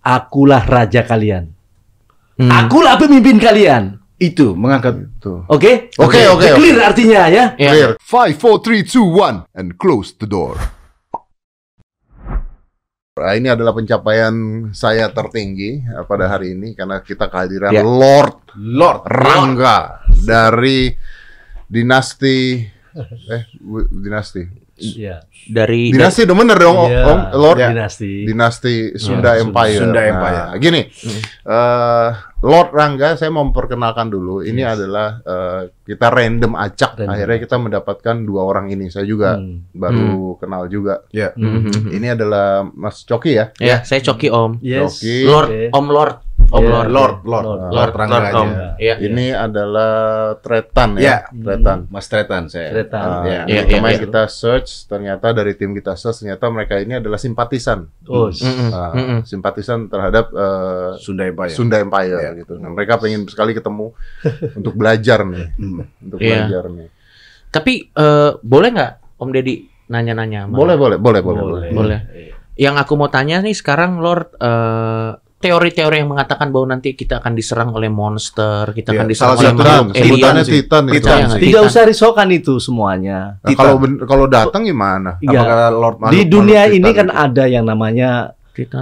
akulah raja kalian. Akulah pemimpin kalian. Itu mengangkat itu. Oke? Oke. Clear artinya ya. Clear. 5, 4, 3, 2, 1, and close the door. Nah, ini adalah pencapaian saya tertinggi pada hari ini karena kita kehadiran Ya. Lord Rangga dari dinasti Iya. Dari dinasti udah bener dong Iya. Om Lord Dinasti. Sunda Empire. Sunda Empire. Nah, gini, Lord Rangga saya mau memperkenalkan dulu. Ini adalah kita random acak. Random. Akhirnya kita mendapatkan dua orang ini. Saya juga baru kenal juga. Ya. Ini adalah Mas Coki ya. Ya, saya Coki Om. Yes. Coki. Lord, Oke. Om Lord. Om Ya. Lord. Lord Rangga Lord Om. aja. Iya. Ini adalah Tretan Ya. ya. Tretan. Mas Tretan saya. Tretan. Ya. Iya, Kemarin iya. kita search, ternyata dari tim kita search, ternyata mereka ini adalah simpatisan. Oh, Simpatisan terhadap Sunda Empire. Sunda Empire Ya. gitu. Nah, mereka pengen sekali ketemu untuk belajar nih. Untuk Iya. belajar nih. Tapi boleh nggak Om Deddy nanya-nanya? sama- Boleh. Boleh. Yang aku mau tanya nih sekarang Lord, teori-teori yang mengatakan bahwa nanti kita akan diserang oleh monster, kita akan diserang salah oleh satu makhluk Titan, Sebutannya alien. Titan itu. Titan. Iya, Tidak usah risaukan itu semuanya. Nah, kalau datang gimana? Iya. Apakah Lord Makhluk- Di dunia makhluk ini Titan kan itu? ada yang namanya Titan.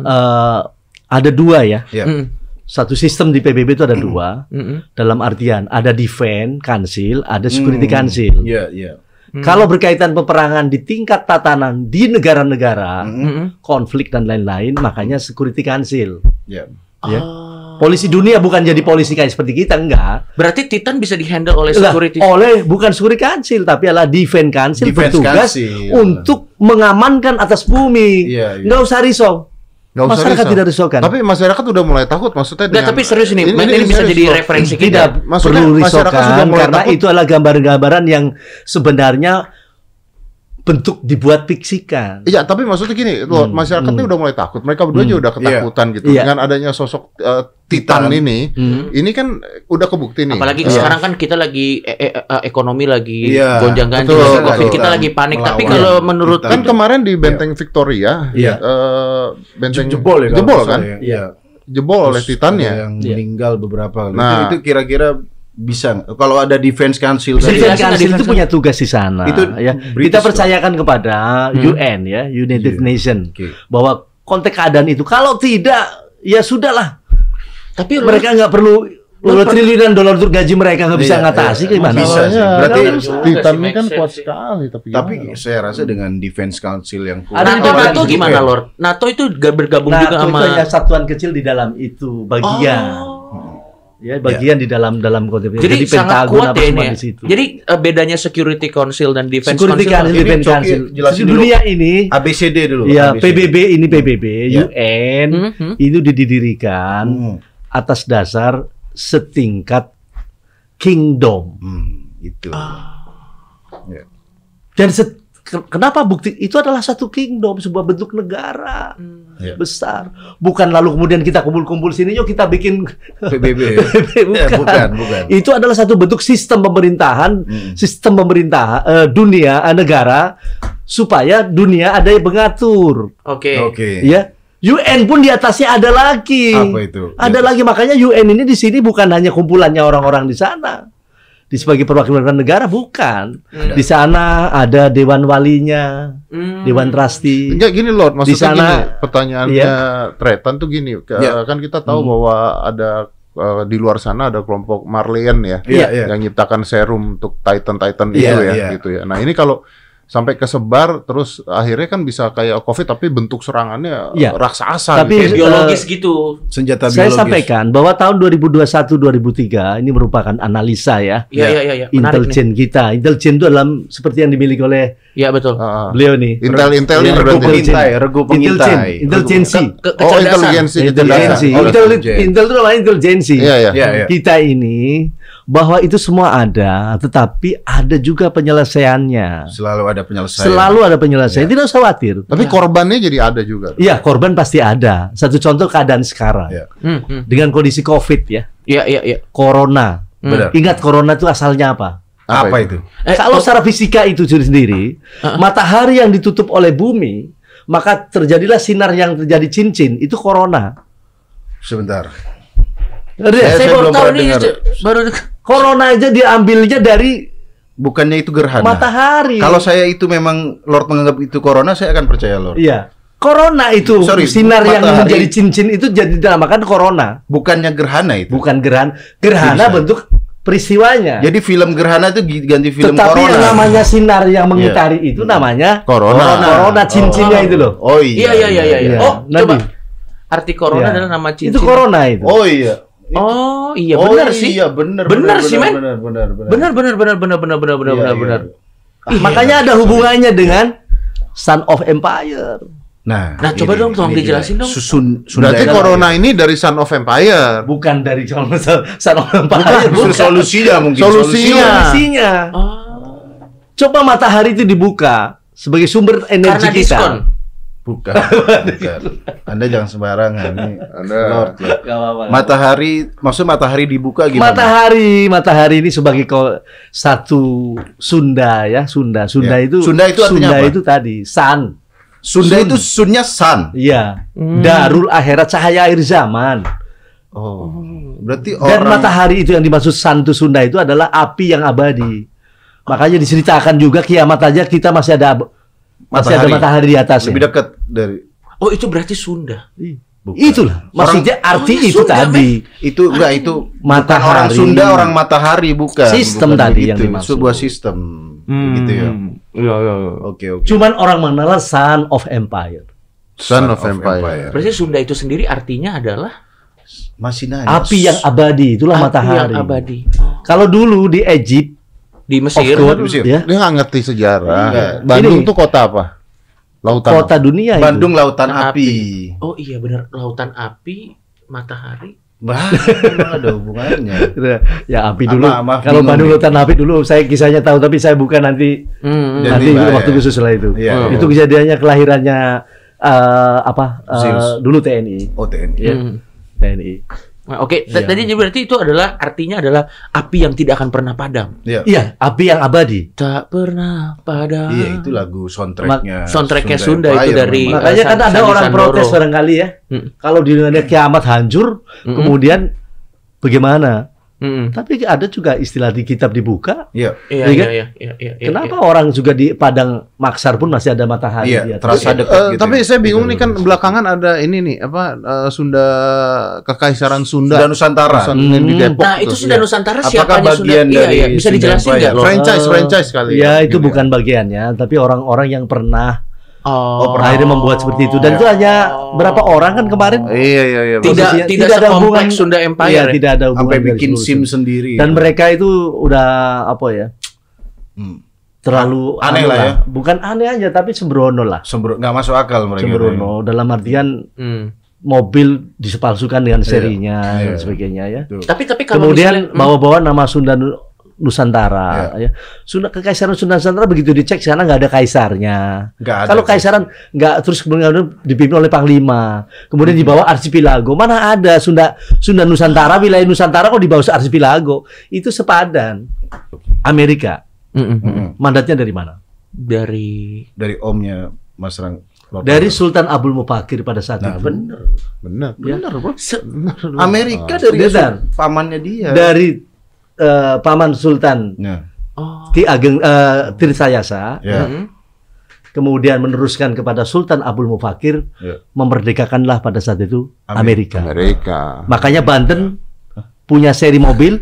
ada dua ya. Ya. Mm, Satu sistem di PBB itu ada dua. mm, Dalam artian ada defense council, ada security council. Iya, iya. Kalau berkaitan peperangan di tingkat tatanan di negara-negara, mm. konflik dan lain-lain, makanya security council. Ya. Ya. Oh. Polisi dunia bukan jadi polisi kayak seperti kita, enggak. Berarti Titan bisa dihandle oleh Lah, security. bukan security council, tapi adalah defense council Defense bertugas council. untuk mengamankan atas bumi. Iya, iya. Nggak usah risau. Nggak usah Masyarakat risau. tidak risaukan. Tapi masyarakat udah mulai takut, maksudnya Nggak, tapi serius ini bisa serius jadi loh. referensi Tidak kita. Maksudnya perlu masyarakat sudah risaukan mulai karena takut. itu adalah gambaran-gambaran yang sebenarnya bentuk dibuat fiksikan. Iya, tapi maksudnya gini, loh, masyarakatnya udah mulai takut. Mereka berdua juga udah ketakutan gitu. Iya. Dengan adanya sosok Titan ini kan udah kebukti nih. Apalagi Iya. sekarang kan kita lagi ekonomi lagi Iya, gonjang-ganjing, betul, lagi Covid, betul. kita lagi panik. Tapi Melawan kalau menurut Titan. Kan kemarin di Benteng Victoria, Iya. benteng Jebol ya. jebol kalau kan, saya. Iya. jebol oleh Titannya. Ada yang meninggal beberapa. Nah. Itu kira-kira bisa kalau ada defense council tadi. Defense Defense Council itu Council. punya tugas di sana. Itu ya. British Kita percayakan kepada UN ya, United Iya. Nation, Oke. bahwa konteks keadaan itu. Kalau tidak, ya sudahlah. tapi Mereka nggak perlu triliunan dolar untuk gaji mereka nggak bisa Iya, ngatasi iya. gimana? Bisa sih. Masalahnya, Berarti Titan sih, ini kan make kuat sense, sekali, Tapi gimana? saya rasa dengan defense council yang kuat. Ada NATO, juga NATO gitu. gimana Lord? NATO itu bergabung Nah, juga itu sama hanya satuan kecil di dalam itu bagian. Ya, bagian di dalam konteks. Jadi sangat Pentagon kuat apa ya ini semua ya. di situ. Jadi bedanya Security Council dan Defense Security Council. Council, Ini Defense Coki Council. jelasin Di dulu. dunia ini, ABCD dulu. ya ABCD. PBB ini PBB, Ya. UN Mhm. itu didirikan atas dasar setingkat kingdom. Itu. Ya. Dan kenapa bukti itu adalah satu kingdom, sebuah bentuk negara Ya. besar. Bukan lalu kemudian kita kumpul-kumpul sini, yuk kita bikin PBB. bukan. bukan. Itu adalah satu bentuk sistem pemerintahan, sistem pemerintah dunia negara supaya dunia ada yang mengatur. Oke. Oke. Ya, UN pun di atasnya ada lagi. Apa itu? Ada lagi, makanya UN ini di sini bukan hanya kumpulannya orang-orang di sana. Di sebagai perwakilan negara bukan. Di sana ada dewan walinya, dewan trustee. Enggak gini Lord, maksudnya Di sana, gini, pertanyaannya Tretan tuh gini, kan kita tahu bahwa ada di luar sana ada kelompok Marleyan ya, Iya, iya. yang nyiptakan serum untuk Titan Iya, itu ya, iya. gitu ya. Nah ini kalau sampai kesebar terus akhirnya kan bisa kayak COVID tapi bentuk serangannya Iya. raksasa. Tapi, gitu. Biologis gitu. Senjata Saya biologis. sampaikan bahwa tahun 2021-2003 ini merupakan analisa ya, Iya. Menarik nih. intelijen kita. Intelijen itu dalam seperti yang dimiliki oleh Iya betul. beliau nih. Intel Ya, ini Regu berarti. pengintai, regu pengintai. Intelijensi. Oh, intelijensi. Intelijensi. Oh, Intel intelijen. itu namanya intelijensi. Iya, iya. Iya, iya. Kita ini bahwa itu semua ada, tetapi ada juga penyelesaiannya. Selalu ada penyelesaian. Selalu ada penyelesaian. Tidak usah khawatir. Tapi korbannya jadi ada juga. Iya, korban pasti ada. Satu contoh keadaan sekarang Iya. dengan kondisi COVID ya, Iya. corona. Benar. Ingat corona itu asalnya apa? Apa itu? Kalau secara fisika itu sendiri, matahari yang ditutup oleh bumi, maka terjadilah sinar yang terjadi cincin, itu corona. Sebentar. Saya baru belum tahu pernah nih, dengar. baru corona aja diambilnya dari Bukannya itu gerhana. matahari. Kalau saya itu memang Lord menganggap itu corona, saya akan percaya Lord. Iya. Corona itu Sorry, sinar yang matahari. menjadi cincin itu jadi dinamakan corona. Bukannya gerhana itu. Bukan gerhana Bisa. bentuk peristiwanya. Jadi film gerhana itu ganti film Tetapi corona. yang namanya sinar yang mengitari itu namanya Corona. cincinnya itu loh. Oh iya. Iya. Oh, Nabi. coba. Arti corona Iya. adalah nama cincin. Itu corona itu. Oh iya. Oh, iya benar sih. Iya, benar sih, men. Benar. Benar. Iya. Makanya ada hubungannya dengan Son of Empire. Nah, coba dong, tolong dijelasin dong. Berarti corona ini dari Son of Empire. Bukan dari Son of Empire. Bukan, solusinya mungkin. Solusinya. Solusinya. Coba matahari itu dibuka sebagai sumber energi Karena kita. diskon. Bukan. Anda jangan sembarangan nih. Anda. Lord, ya. Gak apa-apa. Maksud matahari dibuka gimana? Matahari ini sebagai satu Sunda ya, Sunda Ya. itu Sunda itu artinya apa? itu tadi sun. Sunda itu sunnya sun. Iya. Darul akhirat, cahaya akhir zaman. Oh. Berarti Dan orang matahari itu yang dimaksud sun itu Sunda itu adalah api yang abadi. Makanya diceritakan juga kiamat aja kita masih ada matahari di atasnya. lebih dekat dari Oh, itu berarti Sunda. bukan. Itulah. Maksudnya arti Oh, itu Sunda, tadi. Itu enggak itu Matahari. bukan orang Sunda, orang matahari bukan. Sistem Bukan tadi begitu. yang dimaksud. Sebuah sistem gitu ya. Iya. Oke. Cuman orang mengenal Son of Empire. Son of Empire. Berarti Sunda itu sendiri artinya adalah Masih nanya. Api yang abadi, itulah api matahari. yang abadi. Kalau dulu di Egypt, Di of Mesir. God, Mesir. ya, Dia nggak ngerti sejarah. Enggak. Bandung Ini. tuh kota apa? Lautan. kota dunia itu. Bandung lautan Lautan api. Oh iya benar, lautan api, matahari. Bah, memang ada hubungannya. Ya api dulu. Maaf, Kalau bingung Bandung nih. lautan api dulu, saya kisahnya tahu, tapi saya bukan nanti Jadi nanti bahaya. waktu khusus lah itu. Iya. Itu kejadiannya kelahirannya Zeus. dulu TNI. Oh, TNI. Ya, TNI. Nah, oke, Iya. tadi berarti itu adalah artinya adalah api yang tidak akan pernah padam. Iya. Iya, api yang abadi. Tak pernah padam. Iya, itu lagu soundtracknya. Soundtracknya Sunda itu Empire dari- memang. Makanya kan ada Sandi orang Sandoro. protes barangkali ya. Kalau di dunia kiamat hancur, kemudian bagaimana? Tapi ada juga istilah di kitab dibuka. Iya. Iya, Iya kan? iya. Kenapa orang juga di padang Maksar pun masih ada matahari? Iya, di atas? terasa dekat gitu. Tapi saya bingung Gitu. nih kan belakangan ada ini nih Sunda Kekaisaran Sunda. Sunda Nusantara. Yang di Depok. Nah, itu tuh. Sunda Nusantara Apakah siapanya bagian Sunda? dari Iya, bisa Sunda dijelasin Empire? nggak lo? Franchise kali. Ya, itu gitu bukan bagiannya, tapi orang-orang yang pernah Oh, akhirnya membuat seperti itu. Dan itu hanya berapa orang kan kemarin? Iya. Tidak ada hubungan sekompleks Sunda Empire. Iya, tidak ada hubungan Sampai dari bikin seluruh SIM Sunda. sendiri. Dan mereka itu udah apa ya? Terlalu Aneh anu lah ya. Bukan aneh aja, tapi sembrono lah. nggak masuk akal mereka. Sembrono dalam artian Hmm. mobil disepalsukan dengan serinya Iya. dan sebagainya ya. Tapi kalau Kemudian misalnya- bawa-bawa nama Sunda Nusantara ya. Sunda Kekaisaran Sunda Nusantara begitu dicek sana nggak ada kaisarnya. Nggak ada. Kalau kaisaran nggak, terus kemudian dipimpin oleh panglima, kemudian dibawa arsipilago. Mana ada Sunda Nusantara, wilayah Nusantara kok dibawa arsipilago? Itu sepadan. Amerika. Mandatnya dari mana? dari dari omnya Mas Rang. Dari Sultan Abdul Mufakir pada saat itu. Benar. Ya. Amerika dari Benar. pamannya dia. Dari paman Sultan Ya. Ki Ageng Tirtayasa. Ya. Kemudian meneruskan kepada Sultan Abdul Mufakir, Ya. memerdekakanlah pada saat itu Amerika. Makanya Banten punya seri mobil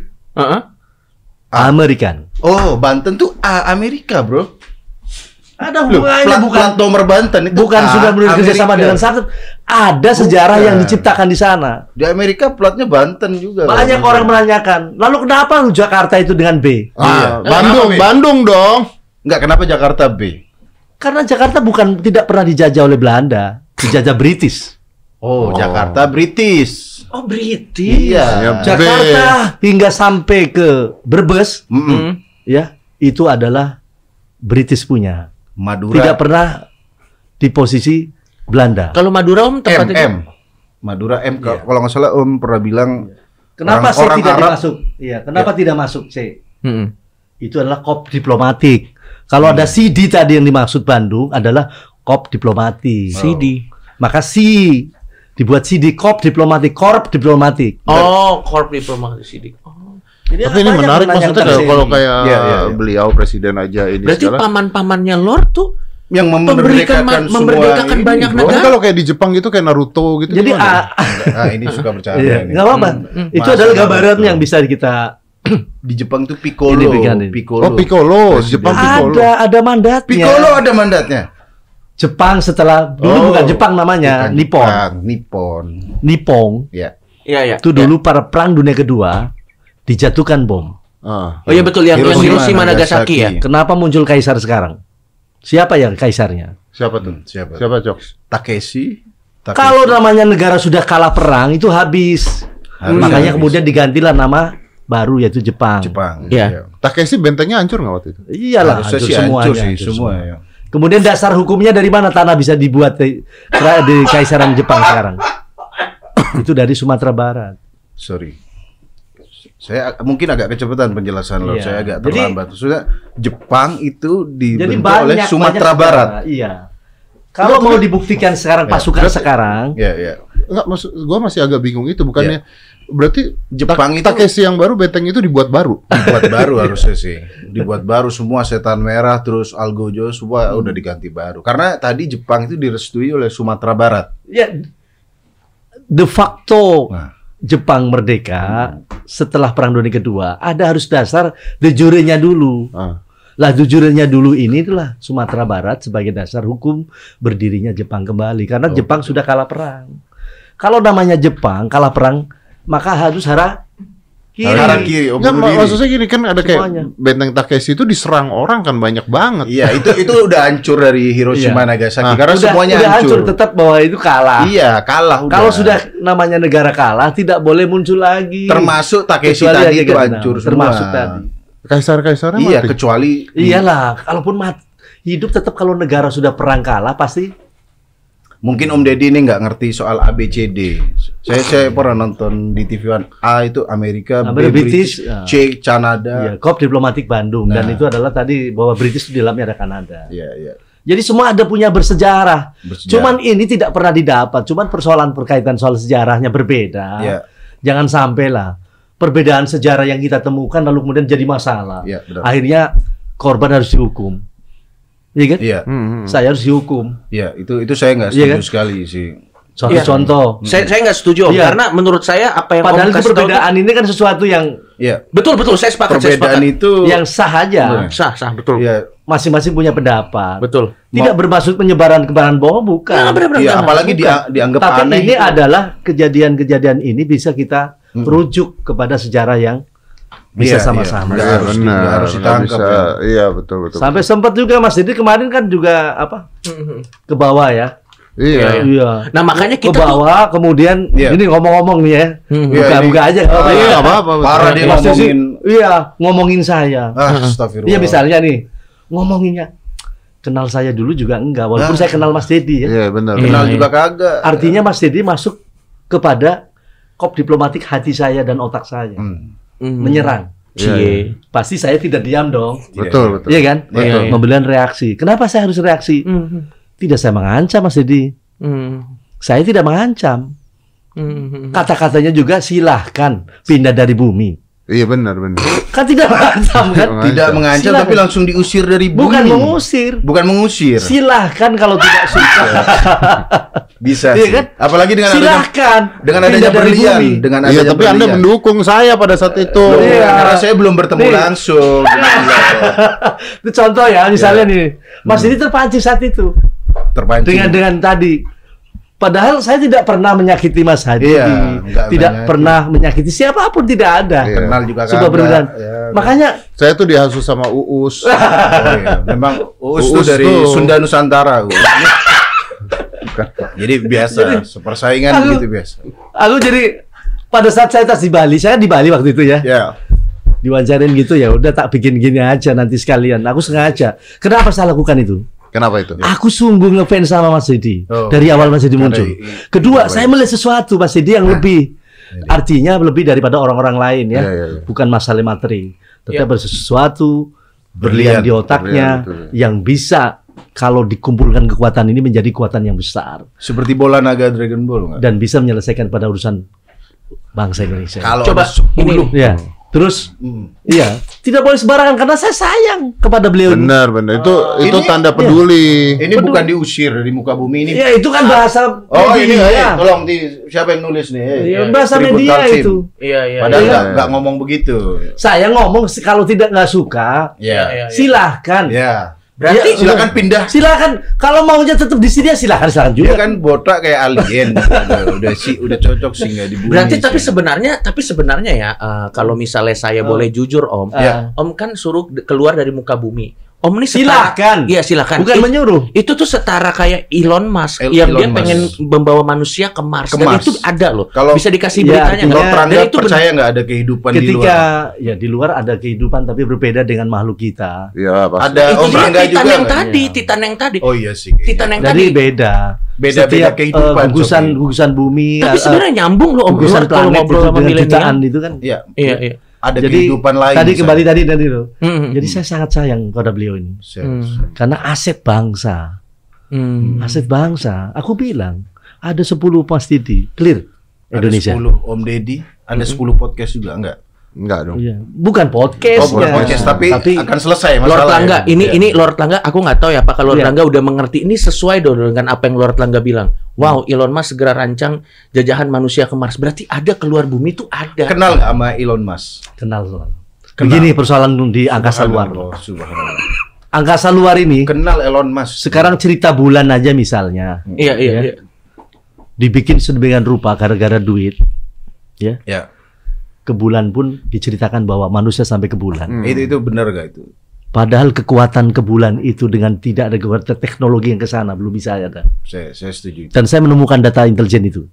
American. Oh, Banten tuh Amerika, bro. Ada Loh, hubungannya, plat nomor Banten itu bukan sudah bekerja sama Amerika. dengan Sartet. Ada sejarah yang diciptakan di sana. Di Amerika platnya Banten juga. Banyak orang menanyakan, lalu kenapa Jakarta itu dengan B? Iya. Bandung dong. Enggak, kenapa Jakarta B? Karena Jakarta tidak pernah dijajah oleh Belanda, dijajah British. Oh, Jakarta British. Oh, British. Iya. Jakarta hingga sampai ke Brebes, ya itu adalah British punya. Madura. Tidak pernah di posisi Belanda. Kalau Madura tempatnya Madura M. Kalau nggak salah Om pernah bilang Kenapa C orang tidak Arab. masuk? Iya, kenapa tidak masuk C? Mm-mm. Itu adalah kop diplomatik. Kalau ada CD tadi yang dimaksud Bandung adalah kop diplomatik. CD. Maka C Dibuat CD Corp diplomatik. Oh, Corp diplomatik sidik. Oh. Jadi Tapi ini banyak menarik menanya maksudnya tentang kalau ini. kayak Iya. beliau presiden aja ini Berarti segala. paman-pamannya Lord tuh Yang memerdekakan banyak bro. Tapi kalau kayak di Jepang gitu kayak Naruto gitu Jadi gimana? Nah, ini suka bercanda iya, ini. nggak apa-apa. Itu Masa adalah nggak gambaran betul? yang bisa kita Di Jepang tuh Piccolo. Ini berikan ini. Oh, Piccolo, Presiden. Jepang Piccolo. ada mandatnya. Piccolo ada mandatnya. Jepang setelah dulu bukan Jepang namanya, Bukan Nippon. Jepang, Nippon. Nippon. Ya. Iya. Itu dulu pada perang dunia kedua dijatuhkan bom. Ah. Oh iya betul yang Hiroshima, Hiroshima Nagasaki ya. Kenapa muncul kaisar sekarang? Siapa yang kaisarnya? Siapa tuh? Siapa? Siapa, Cok? Takeshi. Kalau namanya negara sudah kalah perang itu habis. Habis. Makanya Habis. kemudian digantilah nama baru yaitu Jepang. Jepang. Iya. Takeshi bentengnya hancur nggak waktu itu? Iyalah, Harusnya hancur sih semuanya. hancur sih hancur semua semua. ya. Kemudian dasar hukumnya dari mana tanah bisa dibuat di kaisaran Jepang sekarang? Itu dari Sumatera Barat. Sorry. Saya mungkin agak kecepatan penjelasan lo. Iya. Saya agak Jadi- terlambat. Sudah Jepang itu Jadi dibentuk oleh Sumatera banyak Barat. negara, Iya. Kalau mau dibuktikan sekarang pasukan sekarang, Ya, ya. Enggak, maksud gua masih agak bingung itu bukannya. Berarti Jepang itu Takeshi yang baru benteng itu dibuat baru. dibuat baru harusnya sih. Dibuat baru semua setan merah terus Algojo semua udah diganti baru. Karena tadi Jepang itu direstui oleh Sumatera Barat. ya de facto Nah. Jepang merdeka setelah Perang Dunia Kedua ada harus dasar de jure-nya dulu. Ah. Lah de jure-nya dulu ini itulah Sumatera Barat sebagai dasar hukum berdirinya Jepang kembali karena Jepang sudah kalah perang. Kalau namanya Jepang kalah perang maka harus hara kiri. Harakiri, Enggak, bunuh diri. maksudnya gini kan ada kayak Semuanya. benteng Takeshi itu diserang orang kan banyak banget. Iya, itu udah hancur dari Hiroshima Iya. Nagasaki Nah, karena semuanya udah hancur. tetap bahwa itu kalah. Iya, kalah udah. Kalau sudah namanya negara kalah tidak boleh muncul lagi. termasuk Takeshi Kecuali tadi yang itu 36, hancur semua. termasuk tadi. Kaisar-kaisarnya Iya, mati. kecuali Iyalah, kalaupun hidup tetap kalau negara sudah perang kalah pasti mungkin Om Deddy ini nggak ngerti soal ABCD. Saya pernah nonton di TV One. A itu Amerika, B British, British, C Kanada. ya, Corp Diplomatik Bandung dan Nah. itu adalah tadi bahwa British di dalamnya ada Kanada. Iya, iya. Jadi semua ada punya bersejarah. Bersejarah. Cuman ini tidak pernah didapat. Cuman persoalan berkaitan soal sejarahnya berbeda. Iya. Jangan sampailah perbedaan sejarah yang kita temukan lalu kemudian jadi masalah. Iya, benar. Akhirnya korban harus dihukum. Iya kan? Iya. Saya harus dihukum. Iya, itu saya nggak Iya setuju kan? sekali sih. Suatu Iya. contoh. Saya nggak setuju Om, Iya. karena menurut saya apa yang Padahal Om itu kasih tahu perbedaan ini kan sesuatu yang Iya. betul saya sepakat. Perbedaan itu yang sah aja. sah betul. Iya. Masing-masing punya pendapat. Betul. Tidak bermaksud penyebaran kebenaran bohong, bukan. Nah, benar-benar Iya, enggak. apalagi dianggap Tapi aneh. ini itu. adalah kejadian-kejadian ini bisa kita rujuk kepada sejarah yang bisa Iya, sama-sama. iya. Nggak harus nggak harus nggak ditangkap, bisa. ya. Iya, betul. Sampai sempat juga Mas Didi kemarin kan juga apa ke bawah ya. Iya. Iya. Nah makanya Ke kita tuh bawah kemudian Iya. ini ngomong-ngomong nih ya. Buka-buka aja. nggak apa-apa. Iya, nggak apa-apa. Parah dia Mas Didi, ngomongin. iya, ngomongin saya. Astagfirullah. Iya misalnya nih ngomonginnya kenal saya dulu juga enggak walaupun Nah. saya kenal Mas Dedi ya. Iya, benar. Kenal Iya. juga kagak. Artinya Mas Dedi masuk kepada kop diplomatik hati saya dan otak saya. Menyerang. Cie. Pasti saya tidak diam dong. Betul. Iya kan? Iya, iya. Memberikan reaksi. Kenapa saya harus reaksi? Tidak saya mengancam Mas Dedi. Saya tidak mengancam. Kata-katanya juga silahkan pindah dari bumi. Iya, benar. Kan tidak mengancam kan? Tidak mengancam Silakan. tapi langsung diusir dari bumi. Bukan mengusir. Bukan mengusir. Silahkan kalau tidak suka. Bisa Iya sih. kan? Apalagi dengan adanya Silahkan. dengan pindah adanya dari berlian, bumi. dengan Iya, adanya tapi Anda berlian. mendukung saya pada saat itu. Iya. Karena saya belum bertemu Nih. langsung. Itu contoh ya, misalnya nih, Mas ini terpancing saat itu Terpancing. dengan tadi. Padahal saya tidak pernah menyakiti Mas Hadi, Iya, nggak tidak menyakiti. pernah menyakiti siapapun, tidak ada. Iya. Kenal juga Sebuah kagak. perbedaan. Ya, Makanya Saya tuh dihasut sama Uus. oh, iya. Memang Uus tuh Uus dari tuh. Sunda Nusantara. Uus. Jadi biasa, sepersaingan Aku- gitu biasa. aku jadi pada saat saya tas di Bali, saya di Bali waktu itu ya, Ya. diwawancarin gitu ya, udah tak bikin gini aja nanti sekalian. Aku sengaja. Kenapa saya lakukan itu? Kenapa itu? Aku sungguh ngefans sama Mas Dedi Oh. dari awal Mas Dedi muncul. Iya. Kedua, saya melihat sesuatu Mas Dedi yang lebih, artinya lebih daripada orang-orang lain ya, Iya. bukan masalah materi, Iya. tetapi ada sesuatu berlian di otaknya Berlian, betul. yang bisa kalau dikumpulkan kekuatan ini menjadi kekuatan yang besar Seperti bola naga Dragon Ball nggak? dan bisa menyelesaikan pada urusan bangsa Indonesia. Kalau Coba ada 10 Ya, terus iya, tidak boleh sembarangan karena saya sayang kepada beliau. Benar. Itu ini- tanda peduli. ini bukan diusir dari muka bumi ini. Ya, itu kan bahasa Oh ini media. tolong siapa yang nulis nih? Iya, bahasa Tribut media Kalsim. itu. Iya. Padahal Iya. nggak ngomong begitu. Saya ngomong kalau nggak suka, Ya. silahkan. Ya. Berarti Ya, Silakan pindah. Silakan. Kalau maunya tetap di sini ya silakan Dia juga. kan botak kayak alien. udah cocok sih nggak di bumi. Berarti sih. tapi sebenarnya ya kalau misalnya saya boleh jujur Om, Ya. Om kan suruh keluar dari muka bumi. Om ini Silakan. Iya silakan. Bukan menyuruh. Itu tuh setara kayak Elon Musk yang Elon dia Musk. pengen membawa manusia ke Mars. Ke Dan Mars. itu ada loh. Kalau- bisa dikasih Ya, beritanya artinya- nggak? Lord Rangga Dan itu percaya nggak ada kehidupan di Ketika luar? ya di luar ada kehidupan tapi berbeda dengan makhluk kita. Ya, pasti. Ada itu Om dia Rangga Titan juga yang nggak? tadi, Titan yang tadi. Oh iya sih. Titan yang Jadi tadi. beda. Beda-beda Setiap kehidupan, gugusan bumi, Tapi sebenarnya nyambung loh Om gugusan Lord kalau planet ngobrol itu sama dengan milenial. jutaan itu kan. Iya. Iya. Ada Jadi kehidupan lain. tadi di kembali sana. tadi loh. Hmm. Jadi saya sangat sayang kepada beliau ini Serius. karena aset bangsa. Aset bangsa. Aku bilang ada 10 pasti di clear Indonesia. Ada 10 Om Deddy, ada 10 podcast juga enggak? Enggak dong. Iya. Bukan podcast. Oh, bukan podcast, tapi akan selesai Lord masalah. Langga, ini Lord Langga, aku nggak tahu ya apakah Lord Iya. Langga udah mengerti ini sesuai dong dengan apa yang Lord Langga bilang. Wow, Elon Musk segera rancang jajahan manusia ke Mars. Berarti ada keluar bumi itu ada. Kenal nggak sama Elon Musk? Kenal soal. Begini persoalan di angkasa luar. Subhanallah. Angkasa luar ini Kenal Elon Musk. sekarang cerita bulan aja misalnya Iya. dibikin sedemikian rupa gara-gara duit, ya. Ya. Ke bulan pun diceritakan bahwa manusia sampai ke bulan. Itu benar gak itu? Padahal kekuatan ke bulan itu dengan tidak ada kekuatan teknologi yang ke sana belum bisa ada. Saya setuju. Dan saya menemukan data intelijen itu.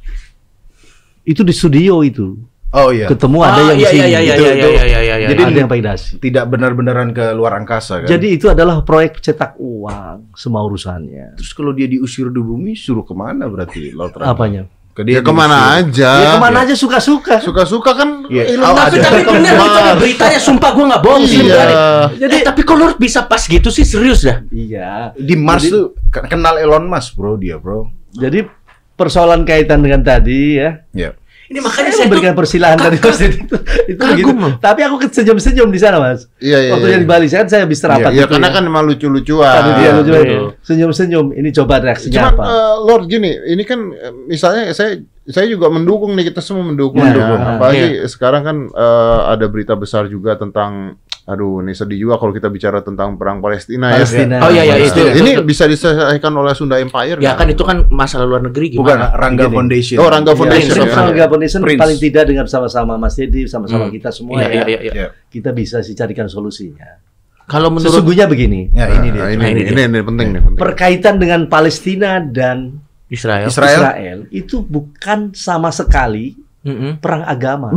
Itu di studio itu. Oh iya. Ketemu ada yang di iya, sini. iya, iya, Itu- iya, itu- iya, iya, iya, Jadi Ada yang pakai dasi. tidak benar-benaran ke luar angkasa kan? Jadi itu adalah proyek cetak uang semua urusannya. terus kalau dia diusir di bumi suruh kemana berarti Lord Rangga? Apanya? Ke Ya kemana diusir. aja. Ya kemana aja suka-suka. Suka-suka kan. Iya. Elon Oh, Musk ada. juga Tapi ke bener itu ada Mars. beritanya, sumpah gue nggak bohong sih. Iya. Jadi tapi kok Lord bisa pas gitu sih, serius dah. Iya. Di Mars Jadi- tuh kenal Elon Musk bro dia bro. Jadi persoalan kaitan dengan tadi ya. Ya. Ini makanya Saya saya memberikan tuh persilahan tadi Mas Deddy itu kagum begitu. loh. Tapi aku senyum-senyum di sana Mas. Iya. Waktu yang di Bali saya habis terapat Iya, gitu karena ya. kan emang lucu-lucuan. Tadi dia lucu iya. itu. Senyum-senyum. Ini coba reaksinya Cuman apa? Lord gini, ini kan misalnya saya juga mendukung nih, kita semua mendukung Ya, ya. Apalagi iya. sekarang kan ada berita besar juga tentang, aduh ini sedih juga kalau kita bicara tentang perang Palestina, Palestina. Oh iya ya. itu. Ini bisa diselesaikan oleh Sunda Empire Ya nggak? kan itu kan masalah luar negeri Bukan gimana? Rangga Begini. Foundation. Oh, Rangga Ya, Foundation. Prince ya. of Rangga Foundation Prince. paling tidak dengan sama-sama Mas Deddy, sama-sama kita semua Iya, ya. iya, iya. Ya. Kita bisa sih carikan solusinya. Kalau menurut Sesungguhnya begini. Ya ini dia. Nah, ini ini penting nih, penting. Perkaitan dengan Palestina dan Israel. Israel itu bukan sama sekali Mm-mm. perang agama.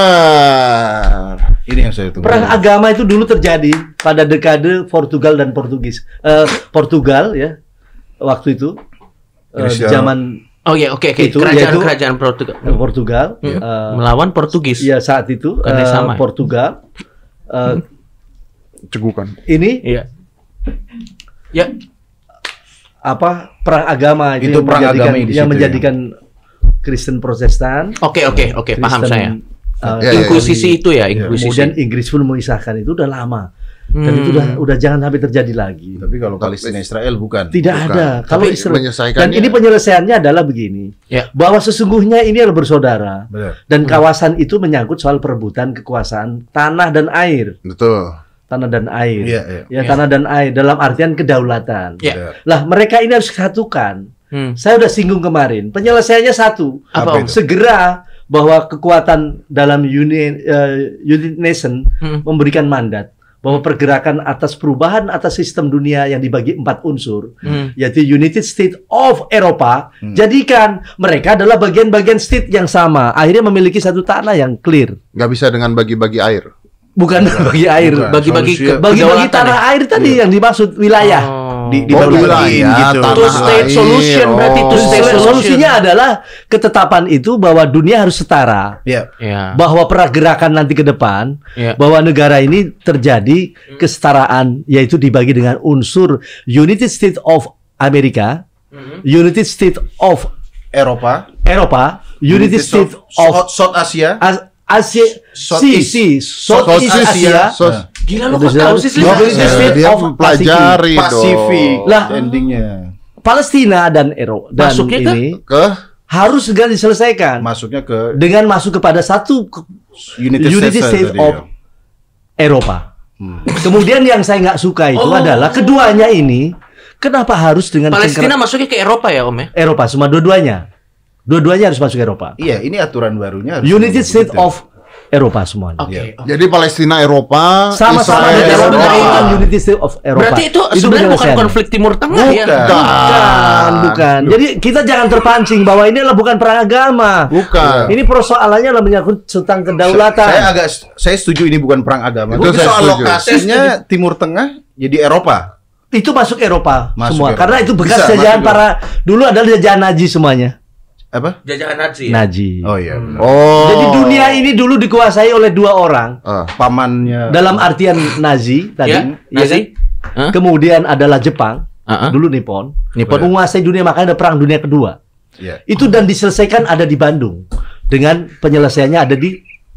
Benar. Ini yang saya tunggu. Perang agama itu dulu terjadi pada dekade Portugal dan Portugis. Portugal ya waktu itu di Cristiano. zaman Oh iya, oke. Itu, Kerajaan Portugal Portugal melawan Portugis. ya saat itu Bukannya sama ya? Portugal Cegukan. ini Iya. Ya, apa perang agama Itu yang perang menjadikan, agama di yang situ, menjadikan Kristen Protestan. oke, paham Kristen, saya. Ya, ya, Inkuisisi itu ya, inkuisisi. Kemudian Inggris pun mengisahkan itu udah lama. Dan itu udah jangan sampai terjadi lagi. Tapi kalau Palestina Israel bukan. Tidak Bukan. ada. Kalau Tapi Israel menyelesaikannya- dan ini penyelesaiannya adalah begini, Ya. bahwa sesungguhnya ini adalah bersaudara Benar. dan kawasan itu menyangkut soal perebutan kekuasaan tanah dan air, Betul. tanah dan air, Iya, iya. ya tanah dan air dalam artian kedaulatan. Ya. Ya. Lah mereka ini harus disatukan. Hmm. Saya udah singgung kemarin, penyelesaiannya satu, Apa itu? segera bahwa kekuatan dalam United Nation memberikan mandat bahwa pergerakan atas perubahan atas sistem dunia yang dibagi 4 unsur, yaitu United States of Eropa, jadikan mereka adalah bagian-bagian state yang sama, akhirnya memiliki satu tanah yang clear, Nggak bisa dengan bagi-bagi air. bukan bagi air, Bukan. Bagi-bagi Solusinya- bagi-bagi kedaulatan tanah ya? air tadi yang dimaksud wilayah. Oh. dibagi-bagiin gitu. Two state solution berarti two state solution. Solusinya adalah ketetapan itu bahwa dunia harus setara. Ya. Ya. Bahwa pergerakan nanti ke depan, Ya. bahwa negara ini terjadi kesetaraan, yaitu dibagi dengan unsur United States of America, United States of Eropa, United States of South Asia, Asia, Southeast Southeast Asia, Gila lu kok tahu sih Slim? United States Dia of mempelajari Pasifik. dong. Lah. Endingnya Palestina dan dan Masuknya ini Ke harus segera diselesaikan masuknya ke dengan masuk kepada satu United States tadi, of ya. Eropa. Kemudian yang saya nggak suka itu adalah keduanya ini kenapa harus dengan Palestina masuknya ke Eropa ya Om ya? Eropa semua dua-duanya harus masuk Eropa. Iya, ini aturan barunya harus United begitu. States of Eropa semuanya. Oke. jadi Palestina Eropa, Sama-sama Israel negara Eropa. berkaitan United States of Eropa. Berarti itu sebenarnya bukan penyelesaian. konflik Timur Tengah ya? Bukan. Jadi kita jangan terpancing bahwa ini adalah bukan perang agama. Bukan. Ini persoalannya adalah menyangkut tentang kedaulatan. Saya setuju ini bukan perang agama. Itu Tapi saya soal setuju. lokasinya Timur Tengah jadi Eropa. Itu masuk Eropa Masuk semua. Eropa. Karena itu bekas Bisa, jajahan masuk para dulu adalah jajahan Nazi semuanya. Apa? Jajahan Nazi. Ya? Nazi. Oh iya. benar. Oh. Jadi dunia ini dulu dikuasai oleh dua orang Pamannya dalam artian Nazi tadi, Ya, ya Nazi. kan? Kemudian adalah Jepang, dulu Nippon, Nippon. menguasai dunia, makanya ada perang dunia kedua. Iya. Itu dan diselesaikan ada di Bandung dengan penyelesaiannya ada di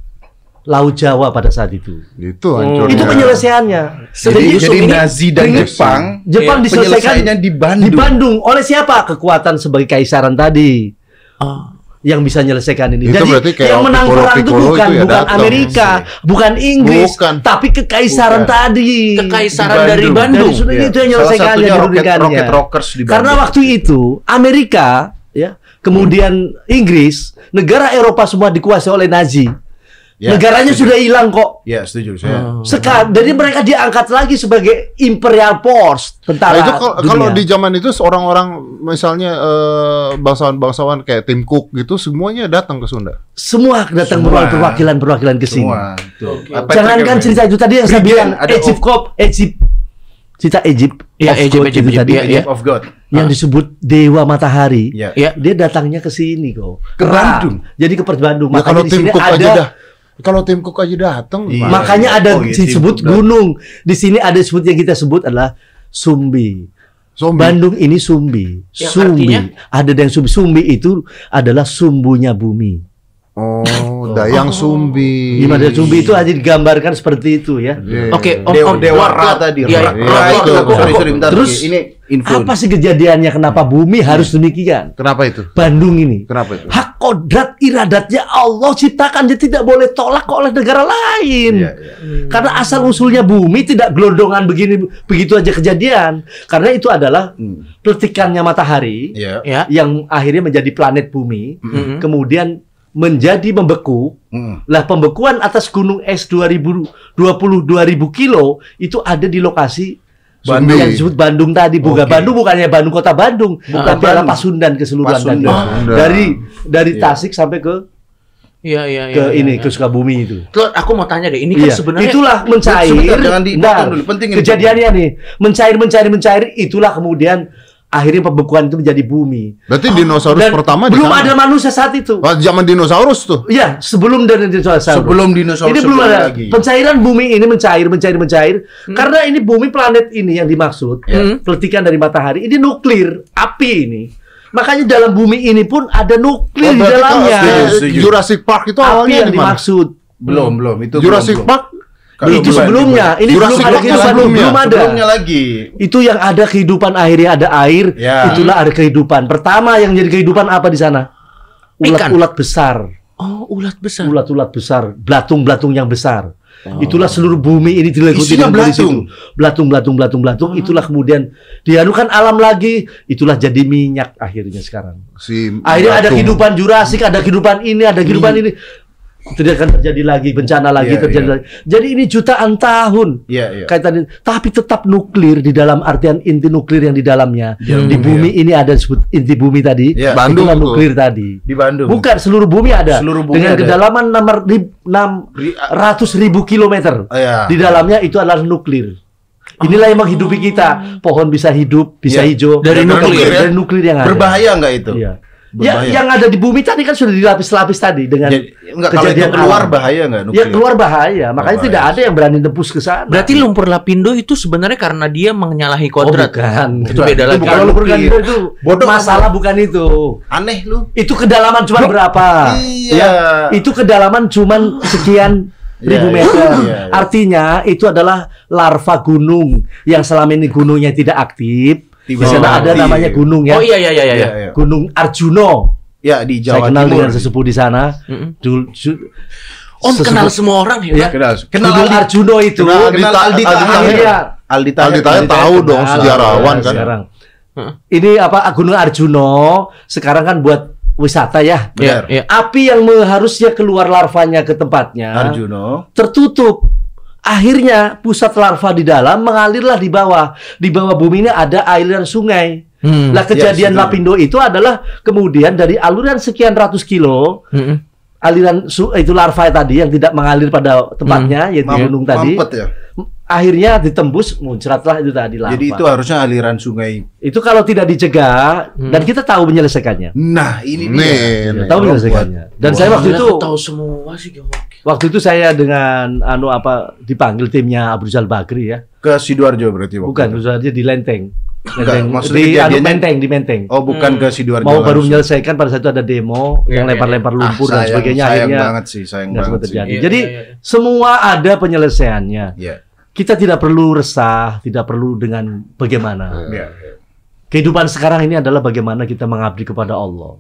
Laut Jawa pada saat itu. Itu hancurnya. Itu penyelesaiannya. Jadi Nazi dan Jepang diselesaikan penyelesaiannya di Bandung. Di Bandung oleh siapa? Kekuatan sebagai kaisaran tadi. Yang bisa menyelesaikan ini. Itu Jadi berarti kayak yang menang perang itu Piccolo bukan itu ya datang Amerika, bukan Inggris, Bukan. tapi kekaisaran tadi. Kekaisaran dari Bandung. Dari sudah Iya. itu yang Salah menyelesaikannya satunya dirundingannya. Rocket Rockers di Bandung. Karena waktu itu Amerika ya, kemudian Inggris, negara Eropa semua dikuasai oleh Nazi. Ya, Negaranya setuju. sudah hilang kok. Ya, setuju saya. Sekarang, jadi mereka diangkat lagi sebagai imperial force tentara Nah, itu dunia. kalau di zaman itu orang-orang misalnya bangsawan-bangsawan kayak Tim Cook gitu semuanya datang ke Sunda. Semua datang Semua. perwakilan ke sini. Semua. Tuh. Apa Jangankan itu, cerita itu tadi yang saya Brigade, bilang ada Egypt. Cerita Egypt. Iya, of Egypt, God Egypt, itu tadi. iya, iya. Of God. Yang disebut Dewa Matahari. Ya. Ya. Dia datangnya ke sini kok. Ke Bandung. Jadi ke Bandung. Ya, kalau Makanya di Tim sini Cook aja ada dah. Kalau Tim Cook aja datang, Iya. makanya ada Oh, iya, disebut Tim Cook gunung. Di sini ada disebut yang kita sebut adalah Sumbi. zombie. Bandung ini Sumbi. Yang Sumbi. artinya? Ada yang Sumbi. Sumbi itu adalah sumbunya bumi. Oh, Dayang Sumbi. Gimana Sumbi itu hanya digambarkan seperti itu ya. Iya. Oke, Dewa Lord, Ra Lord. tadi. Iya, Ra. iya. Ra itu. Lord, Lord. Sorry, bentar. Terus, ini info. Apa sih kejadiannya kenapa bumi harus demikian? Kenapa itu? Bandung ini. Kenapa itu? Hak kodrat iradatnya Allah ciptakan, dia tidak boleh tolak oleh negara lain. Iya, iya. Karena asal usulnya bumi tidak gelondongan begini begitu aja kejadian. Karena itu adalah pertikannya matahari Iya. Ya. yang akhirnya menjadi planet bumi, Mhm. kemudian menjadi membeku. Lah pembekuan atas gunung es 2000 kilo itu ada di lokasi Bandung. yang disebut Bandung tadi. Bukan Oke. Bandung, bukannya Bandung kota Bandung, Bukan tapi adalah Bandung. Pasundan keseluruhan Pasundan. Bandung. Pasundan. Dari Tasik sampai ke Iya. ke Sukabumi itu. Lord, aku mau tanya deh, ini kan Iya. sebenarnya Itulah mencair. Sebentar, jangan dipotong Nah, dulu. Penting ini. kejadiannya nih, mencair. Itulah kemudian akhirnya pembekuan itu menjadi bumi. Berarti dinosaurus Dan pertama di belum sana. ada manusia saat itu. Wah, zaman dinosaurus tuh. Iya, sebelum dari dinosaurus. Sebelum dinosaurus Ini belum sebelum ada. lagi. Pencairan bumi ini mencair. Karena ini bumi planet ini yang dimaksud. Peletikan dari matahari. Ini nuklir, api ini. Makanya dalam bumi ini pun ada nuklir di Berarti kalau dalamnya. setuju. Jurassic Park itu Api awalnya yang di mana? dimaksud. Belum. Itu Jurassic belum. Park Itu sebelumnya. Ini belum Jurassic ada Park kehidupan, sebelumnya. belum ada. Sebelumnya lagi. Itu yang ada kehidupan, akhirnya ada air. Ya. Itulah ada kehidupan. Pertama yang jadi kehidupan apa di sana? Ikan. Ulat-ulat besar. Oh, ulat besar. Ulat-ulat besar, belatung-belatung yang besar. Itulah seluruh bumi ini dilengkapi Isinya dengan situ. belatung. Belatung. Itulah kemudian dianukan alam lagi. Itulah jadi minyak akhirnya sekarang. si Akhirnya ada Batu. kehidupan Jurassic, ada kehidupan ini, ada kehidupan ini. Tidak akan terjadi lagi bencana lagi Iya, terjadi iya. lagi. Jadi ini jutaan tahun. Iya. Kaitan, tapi tetap nuklir di dalam artian inti nuklir yang di dalamnya. Di bumi ini ada disebut inti bumi tadi. Iya. Bandung Itulah tuh. nuklir tadi. Di Bandung. Bukan seluruh bumi ada. Seluruh bumi dengan ada. kedalaman 600.000 kilometer. Iya. Di dalamnya itu adalah nuklir. Inilah yang menghidupi kita. Pohon bisa hidup, bisa Iya. hijau Dari nuklir, ya? dari nuklir yang ada. Berbahaya nggak itu? Iya. Ya, Berbahaya. yang ada di bumi tadi kan sudah dilapis-lapis tadi dengan Enggak, kalau itu keluar alam. bahaya nggak nuklir? Ya keluar bahaya, makanya Bahaya. tidak ada yang berani tembus ke sana. Berarti lumpur lapindo itu sebenarnya karena dia menyalahi kodrat. bukan. Itu beda lagi. Kalau lu nuklir. berganti itu Bodoh masalah bukan itu. Aneh lu. Itu kedalaman cuma berapa? Iya. Ya, itu kedalaman cuma sekian ribu Iya, meter. iya, iya. Artinya itu adalah larva gunung yang selama ini gunungnya tidak aktif. Di Tiba-tiba sana ada aktif. namanya gunung ya. Oh iya. Iya. Gunung Arjuno. Ya di Saya Jawa kenal Timur. dengan sesepuh di sana. Mm-mm. Sesepuh- Om kenal semua orang ya. Kenal Gunung Aldi. Arjuno itu. Kenal Aldi Tahir. Iya. Aldi Aldi Tahir tahu dong, Kenal, sejarawan kan. sekarang. Heeh. Ini apa Gunung Arjuno sekarang kan buat wisata ya. Benar. Iya. Api yang harusnya keluar larvanya ke tempatnya Arjuno. tertutup. Akhirnya pusat larva di dalam mengalirlah di bawah. Di bawah bumi ini ada aliran sungai. Lah kejadian setuju. Lapindo itu adalah kemudian dari aliran sekian ratus kilo Mm-mm. aliran itu larva tadi yang tidak mengalir pada tempatnya yaitu gunung tadi. Mampet ya. Akhirnya ditembus muncratlah itu tadi larva. Jadi itu harusnya aliran sungai. Itu kalau tidak dicegah dan kita tahu menyelesaikannya. Nah, ini Nih, Tahu menyelesaikannya. Dan saya waktu itu tahu semua sih. waktu itu saya dengan dipanggil timnya Abu Rizal Bakri ya. ke Sidoarjo berarti waktu Bukan, itu. Rizal di Lenteng. Enggak, maksudnya di kejadiannya- Menteng. Oh, bukan ke Sidoarjo. Mau baru langsung. menyelesaikan pada saat itu ada demo yang Iya, lempar-lempar lumpur dan sayang, sebagainya sayang akhirnya banget sih, sayang nggak sempat banget sih. terjadi. Iya, Jadi iya. semua ada penyelesaiannya. Iya. Kita tidak perlu resah, tidak perlu dengan bagaimana. Iya. Kehidupan sekarang ini adalah bagaimana kita mengabdi kepada Allah.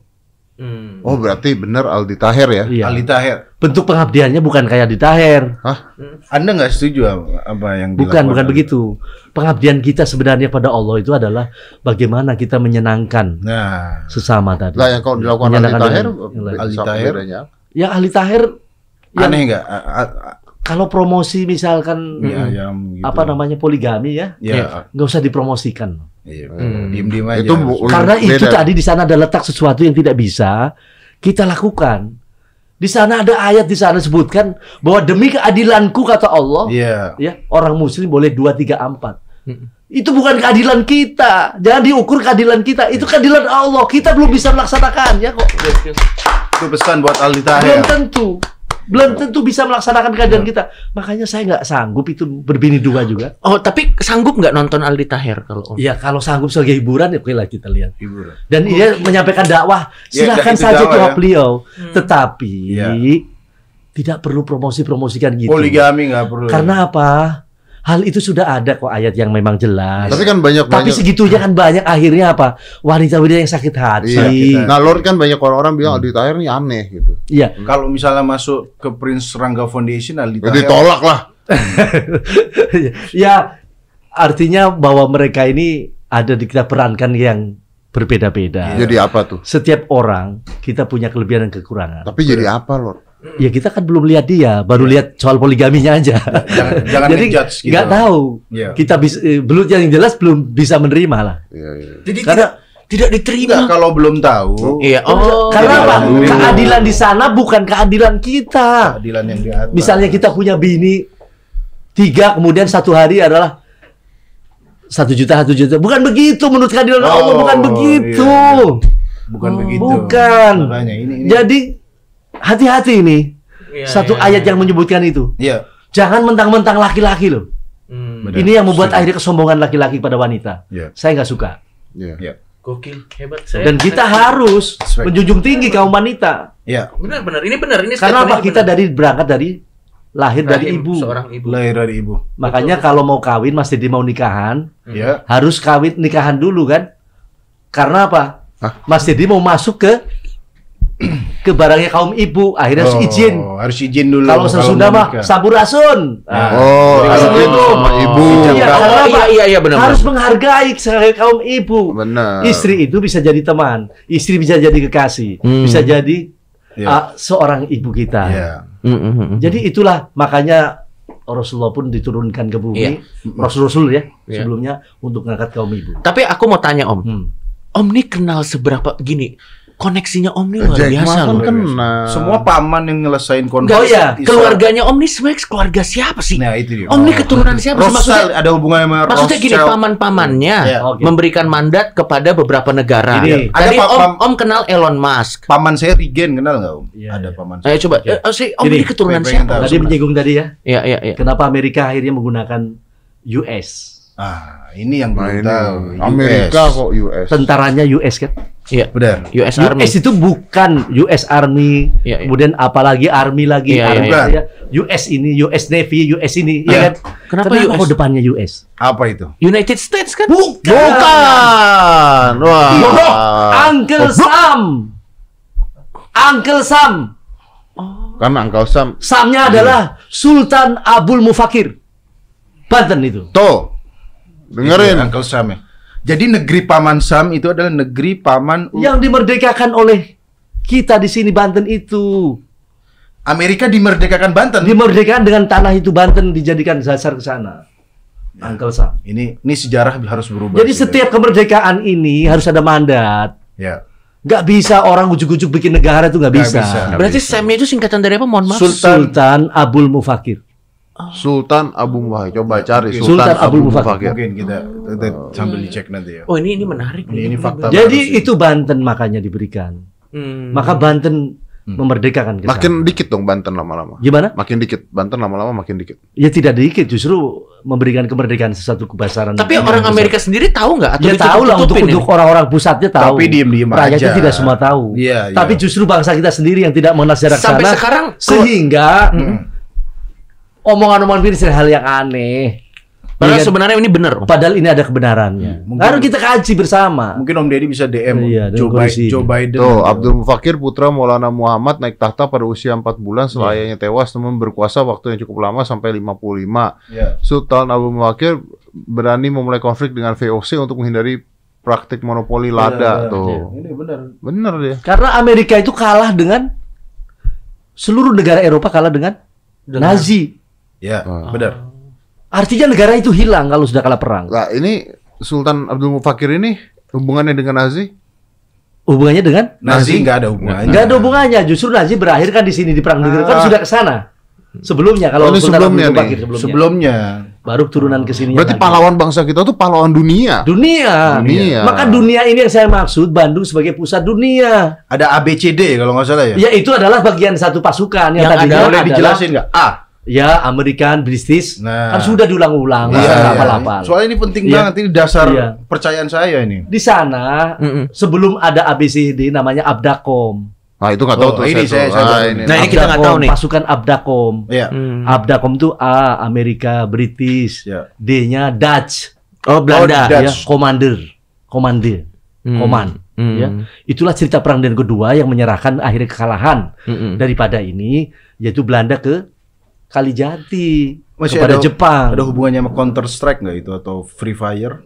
Oh berarti benar Aldi Tahir ya? Iya. Aldi Tahir. Bentuk pengabdiannya bukan kayak di Tahir. Anda nggak setuju apa yang Bukan dilakukan Aldi? begitu. Pengabdian kita sebenarnya pada Allah itu adalah bagaimana kita menyenangkan Nah, sesama tadi. Lah yang kalau dilakukan Aldi Menyenangkan Tahir, dengan- Aldi sama Tahir. bedanya apa? Yang ahli Tahir yang aneh nggak? kalau promosi misalkan Iya, yang gitu. apa namanya poligami ya, Ya, nggak usah dipromosikan. iya. Diem-diem aja. Itu Karena itu beda. tadi di sana ada letak sesuatu yang tidak bisa kita lakukan. Di sana ada ayat di sana sebutkan bahwa demi keadilanku kata Allah, Iya. ya orang muslim boleh 2, 3, 4. Itu bukan keadilan kita. Jangan diukur keadilan kita. Itu keadilan Allah. Kita belum bisa melaksanakan ya kok. Itu pesan buat Aldi Tahir. Belum tentu. Belum tentu bisa melaksanakan keadilan kita. Makanya saya nggak sanggup itu berbini dua juga. Oh, tapi sanggup nggak nonton Aldi Tahir kalau Om? Ya kalau sanggup sebagai hiburan ya oke lah kita lihat. Hiburan. Dan dia menyampaikan dakwah, Ya, silakan itu saja dakwah itu hak ya. beliau. Tetapi Iya. tidak perlu promosi-promosikan gitu. Poligami nggak perlu. Karena apa? Hal itu sudah ada kok ayat yang memang jelas. Tapi kan banyak Tapi segitunya kan banyak akhirnya apa? Wanita-wanita yang sakit hati. Iya. Nah, Lord kan banyak orang bilang Aldi Tahir ini aneh gitu. Iya. Kalau misalnya masuk ke Prince Rangga Foundation, Aldi Ya, Tahir ditolak lah. Ya artinya bahwa mereka ini ada kita perankan yang berbeda-beda. Jadi apa tuh? Setiap orang kita punya kelebihan dan kekurangan. Tapi jadi apa, Lord? Ya kita kan belum lihat dia, baru lihat soal poligaminya aja. jangan Jadi ngejudge gitu. nggak tahu. Iya. Kita bisa belum yang jelas belum bisa menerima lah. Iya, iya. Jadi Karena tidak diterima. Enggak, kalau belum tahu. Iya. Oh. karena jadi apa? alhamdulillah. Keadilan di sana bukan keadilan kita. Keadilan yang di atas. Misalnya kita punya bini 3, kemudian satu hari adalah 1 juta. Bukan begitu menurut keadilan Allah, bukan begitu. iya. Bukan begitu. Bukan. Makanya ini. Jadi hati-hati ini. Iya, Satu iya, ayat iya. yang menyebutkan itu. Iya. Jangan mentang-mentang laki-laki loh. Benar. Ini yang membuat Setuju. akhirnya kesombongan laki-laki pada wanita. Iya. Saya nggak suka. Iya. Iya. Gokil, hebat saya. Dan kita harus Respect. menjunjung tinggi kaum wanita. Iya. benar. Ini benar. Ini Karena apa? statement ini Kita benar. berangkat dari lahir dari Rahim ibu. Seorang ibu. Lahir dari ibu. Makanya kalau mau kawin, Mas Didi mau nikahan, Iya. harus kawin nikahan dulu kan? Karena apa? Mas Didi mau masuk ke barangnya kaum ibu, akhirnya harus izin. Harus izin dulu. Kalau Sunda mau mah nikah. sampurasun. Oh, Assalamualaikum. sama ibu. Iya, karena apa? Iya, benar. Harus menghargai sebagai kaum ibu. Benar. Istri itu bisa jadi teman, istri bisa jadi kekasih, bisa jadi seorang ibu kita. Iya. Jadi itulah makanya Rasulullah pun diturunkan ke bumi, Iya. Rasul-Rasul ya Iya. sebelumnya untuk mengangkat kaum ibu. Tapi aku mau tanya Om. Hmm. Om nih kenal seberapa gini? koneksinya Om ini luar Jack biasa Ma kan loh. kena. Semua paman yang nyelesain konflik. Oh iya, Keluarganya Om ini sebenarnya keluarga siapa sih? Nah, itu dia. Om ini keturunan siapa sih? Rothschild ada hubungannya sama Maksudnya gini, Rothschild. paman-pamannya Iya. Oke. memberikan mandat kepada beberapa negara. Ini, Tadi ada Om kenal Elon Musk. Paman saya Regen, kenal nggak Om? Iya, Ada iya. paman Ayo coba, Oke. Om Ini, ini keturunan pengen siapa? tahu. Tadi menyinggung tadi ya, Iya, iya, iya. kenapa Amerika akhirnya menggunakan US? Ini yang Nah, belum ini tahu. Amerika US. kok US. Tentaranya US kan? Iya. Benar. US Army. US itu bukan US Army, Iya, iya. kemudian apalagi Army lagi, Iya, iya, Army iya. ya. US ini, US Navy, US ini, Iya. ya kan? Kenapa US? kok depannya US? Apa itu? United States kan? Bukan. Wah. Uncle Sam. Uncle Sam. Kan Uncle Sam. Samnya adalah Sultan Abdul Mufakir. Banten itu. Tuh. Dengerin. Itu Uncle Sam ya. Jadi negeri Paman Sam itu adalah negeri Paman Yang dimerdekakan oleh kita di sini Banten itu. Amerika dimerdekakan Banten. Dimerdekakan dengan tanah itu Banten dijadikan dasar ke sana. Uncle Sam. Ini sejarah harus berubah. Jadi setiap kemerdekaan ini harus ada mandat. ya. Gak bisa orang ujuk-ujuk bikin negara itu gak Nggak bisa. bisa. Berarti Sam itu singkatan dari apa? Mohon maaf. Sultan Abdul Mufakir. Sultan Abu Mufakir. Coba cari Sultan Abu Abu Mufakir. Mungkin kita sambil dicek nanti ya. Oh, ini menarik. Ini fakta. Jadi baru sih. itu Banten makanya diberikan. Hmm. Maka Banten memerdekakan ke sana. Makin dikit dong Banten lama-lama. Gimana? Makin dikit. Banten lama-lama makin dikit. Ya tidak dikit, justru memberikan kemerdekaan sesuatu kebesaran. Tapi orang Amerika sendiri tahu nggak? Atau Ya tahu lah untuk ditutup-tutupin untuk orang-orang pusatnya tahu. Tapi diem-diem Rakyatnya aja. tidak semua tahu. Iya, iya. Tapi justru bangsa kita sendiri yang tidak mengenal sejarah Sampai sana, sekarang sehingga omongan-omongan ini hal yang aneh. Padahal Iya kan? sebenarnya ini benar. Padahal ini ada kebenarannya. Mungkin- Harus kita kaji bersama. Mungkin Om Deddy bisa DM Iya, dengan Joe, kondisi Joe ini. Biden. Tuh, Abdul Mufakir putra Maulana Muhammad naik tahta pada usia 4 bulan setelah ayahnya tewas namun berkuasa waktu yang cukup lama sampai 55. Ya. Sultan Abu Mufakir berani memulai konflik dengan VOC untuk menghindari praktik monopoli lada Benar, tuh. Ini benar. Bener dia. Karena Amerika itu kalah dengan seluruh negara Eropa kalah dengan Nazi. Ya, benar. Artinya negara itu hilang kalau sudah kalah perang. Nah, ini Sultan Abdul Mufakir ini hubungannya dengan Nazi? Hubungannya dengan Nazi nggak ada hubungannya. nggak ada hubungannya. Justru Nazi berakhir kan di sini di perang dunia kan sudah ke sana. Sebelumnya kalau Oh, ini Sultan sebelumnya Abdul Mufakir nih. Sebelumnya. baru turunan ke sini. Berarti pahlawan bangsa kita tuh pahlawan dunia. Dunia. Dunia. Maka dunia ini yang saya maksud Bandung sebagai pusat dunia. Ada ABCD kalau nggak salah ya. Ya itu adalah bagian satu pasukan yang, Yang tadinya Boleh adalah- dijelasin nggak? A. Ya American, British. Nah. Kan sudah diulang-ulang. Iya, nggak iya. hafal-hafal. Soalnya ini penting Iya. banget, ini dasar Iya. percayaan saya ini. Di sana sebelum ada ABCD namanya Abdakom. Nah, itu nggak tahu Oh, tuh ini saya tuh. baru ini. nih. Nah, ini kita nggak tahu nih. Pasukan Abdakom. Iya. Abdakom itu A, Amerika, British. Ya. D-nya Dutch. Oh, Belanda. Oh, Dutch. Ya, Commander. Command. Ya. Itulah cerita perang dunia kedua yang menyerahkan akhirnya kekalahan daripada ini, yaitu Belanda ke Kalijati Masih kepada ada- Jepang. Ada hubungannya sama Counter Strike nggak itu atau Free Fire?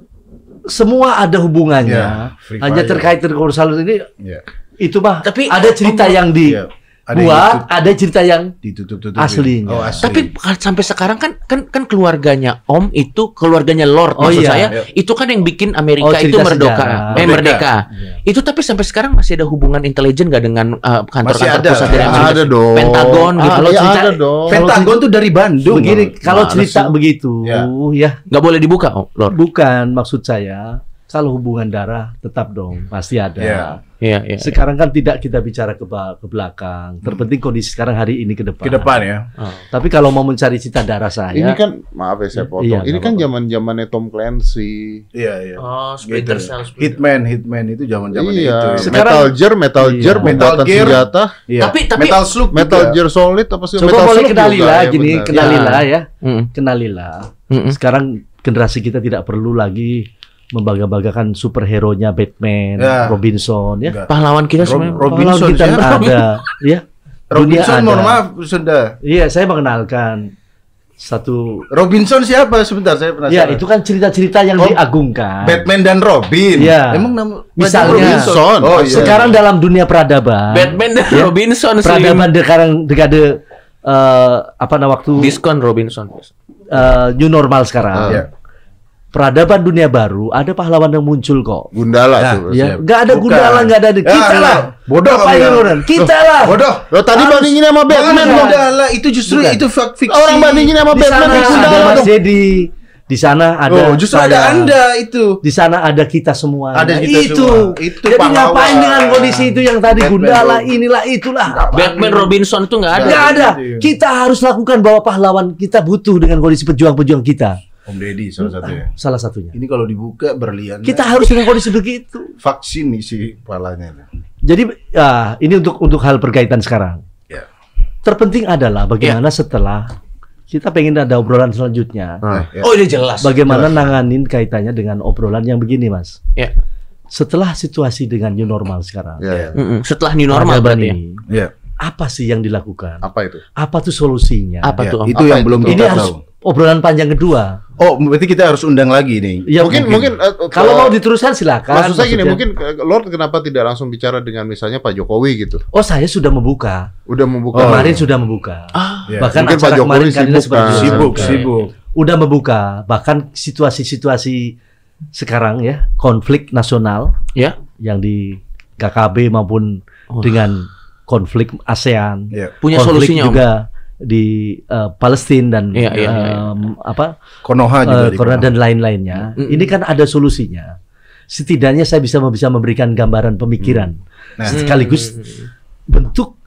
Semua ada hubungannya. Ya, Free Hanya Fire. terkait dengan urusan ini Iya. itu mah. Tapi- ada cerita yang Iya. Ada yang dibuat, ada cerita yang ditutup-tutupin. Aslinya. Oh, asli. Tapi sampai sekarang kan keluarganya Om itu keluarganya Lord Oh, maksud iya. saya itu kan yang bikin Amerika Oh, itu cerita merdeka, sejarah. merdeka. Itu tapi sampai sekarang masih ada hubungan intelijen nggak dengan kantor-kantor Masih ada. pusat dari Amerika? Ada dong. Pentagon gitu. Kalau Iya, cerita- ada dong. Pentagon tuh dari Bandung. begini. Kalau Mana cerita sih? begitu, Ya. ya Nggak boleh dibuka, Om Lord. bukan maksud saya. Kalau hubungan darah tetap dong, pasti ada. Iya. Iya, iya. Sekarang kan tidak kita bicara ke belakang. Terpenting kondisi sekarang hari ini ke depan. Ke depan ya. Tapi kalau mau mencari cita darah saya, Ini kan maaf ya saya potong. Iya, ini nggak kan apa-apa. zaman-zamannya Tom Clancy. Iya, iya. Oh, Gitu. Hitman itu zaman-zaman Iya, itu. ya. Sekarang- Metal Gear, Iya. Metal Metal Gear. senjata, Iya. Tapi- Metal Slug Metal juga. Gear Solid apa sih? coba Metal boleh Slug kenali juga, lah ya, gini, benar. kenalilah ya, Mm-mm. kenalilah. Mm-mm. Sekarang generasi kita tidak perlu lagi membangga-banggakan superhero-nya Batman, Ya. Robinson, ya. Enggak. Pahlawan kita sebenarnya. Robinson Pahlawan kita siapa? ada, ya. Robinson, Dunia mohon ada. maaf, sudah. Iya, saya mengenalkan satu. Robinson siapa? Sebentar, saya penasaran. Ya, itu kan cerita-cerita yang Oh, diagungkan. Batman dan Robin. Iya. Emang nama Misalnya. Robinson. Oh, iya. Sekarang dalam dunia peradaban, Batman dan Ya. Robinson Slim. peradaban sekarang dekade apa namanya waktu Diskon Robinson. new normal sekarang. Iya. peradaban dunia baru ada pahlawan yang muncul kok. Gundala Nah, tuh. Ya, siap. nggak ada Bukan. Gundala, nggak ada. Kita lah. Bodoh Apa kamu ini ya. orang? Kita lah. Bodoh. Lo tadi Harus- bandingin sama Batman Mana dong. Gundala itu justru Bukan. itu fiksi. Orang bandingin sama Di Batman sana sama ada Gundala Mas dong. Dedi. Di sana ada. Oh, justru ada saya. Anda itu. Di sana ada kita semua. Ada kita itu. semua. Itu Jadi pahlawan. ngapain dengan kondisi itu yang tadi Batman, Gundala bro. inilah itulah. Batman Robinson itu nggak ada. Nggak ada. Iya. Kita harus lakukan bahwa pahlawan kita butuh dengan kondisi pejuang-pejuang kita. Om Deddy salah satu ya. Salah satunya. Ini kalau dibuka berlian. Kita harus dengan kondisi begitu. vaksin isi kepalanya. Jadi ya, ini untuk hal berkaitan sekarang. Ya. Terpenting adalah bagaimana setelah kita pengen ada obrolan selanjutnya. Ya. Oh ini jelas. Bagaimana nanganin kaitannya dengan obrolan yang begini, Mas? Ya. Setelah situasi dengan new normal sekarang, Ya, ya. Setelah new normal peradaban berarti ya. ini, Ya. apa sih yang dilakukan? Apa itu? Apa tuh solusinya? Apa Ya, tuh Om? itu Apa yang itu? belum Ini kita harus tahu. obrolan panjang kedua. Oh, berarti kita harus undang lagi nih. Ya, Mungkin kalau mau diteruskan silakan. maksud saya gini, Maksudnya- mungkin Lord kenapa tidak langsung bicara dengan misalnya Pak Jokowi gitu? Oh, saya sudah membuka. Udah membuka. Kemarin sudah membuka. Ya. Bahkan Mungkin acara Pak Jokowi kemarin kalian sibuk, seperti kan? itu. Sibuk. Udah membuka. Bahkan situasi-situasi sekarang ya, konflik nasional Ya. yang di KKB maupun dengan konflik ASEAN. Ya. Punya konflik solusinya Om. juga di Palestina dan Iya, iya, iya. apa Konoha juga di Korea Konoha. dan lain-lainnya. Ini kan ada solusinya. Setidaknya saya bisa memberikan gambaran pemikiran Nah. sekaligus bentuk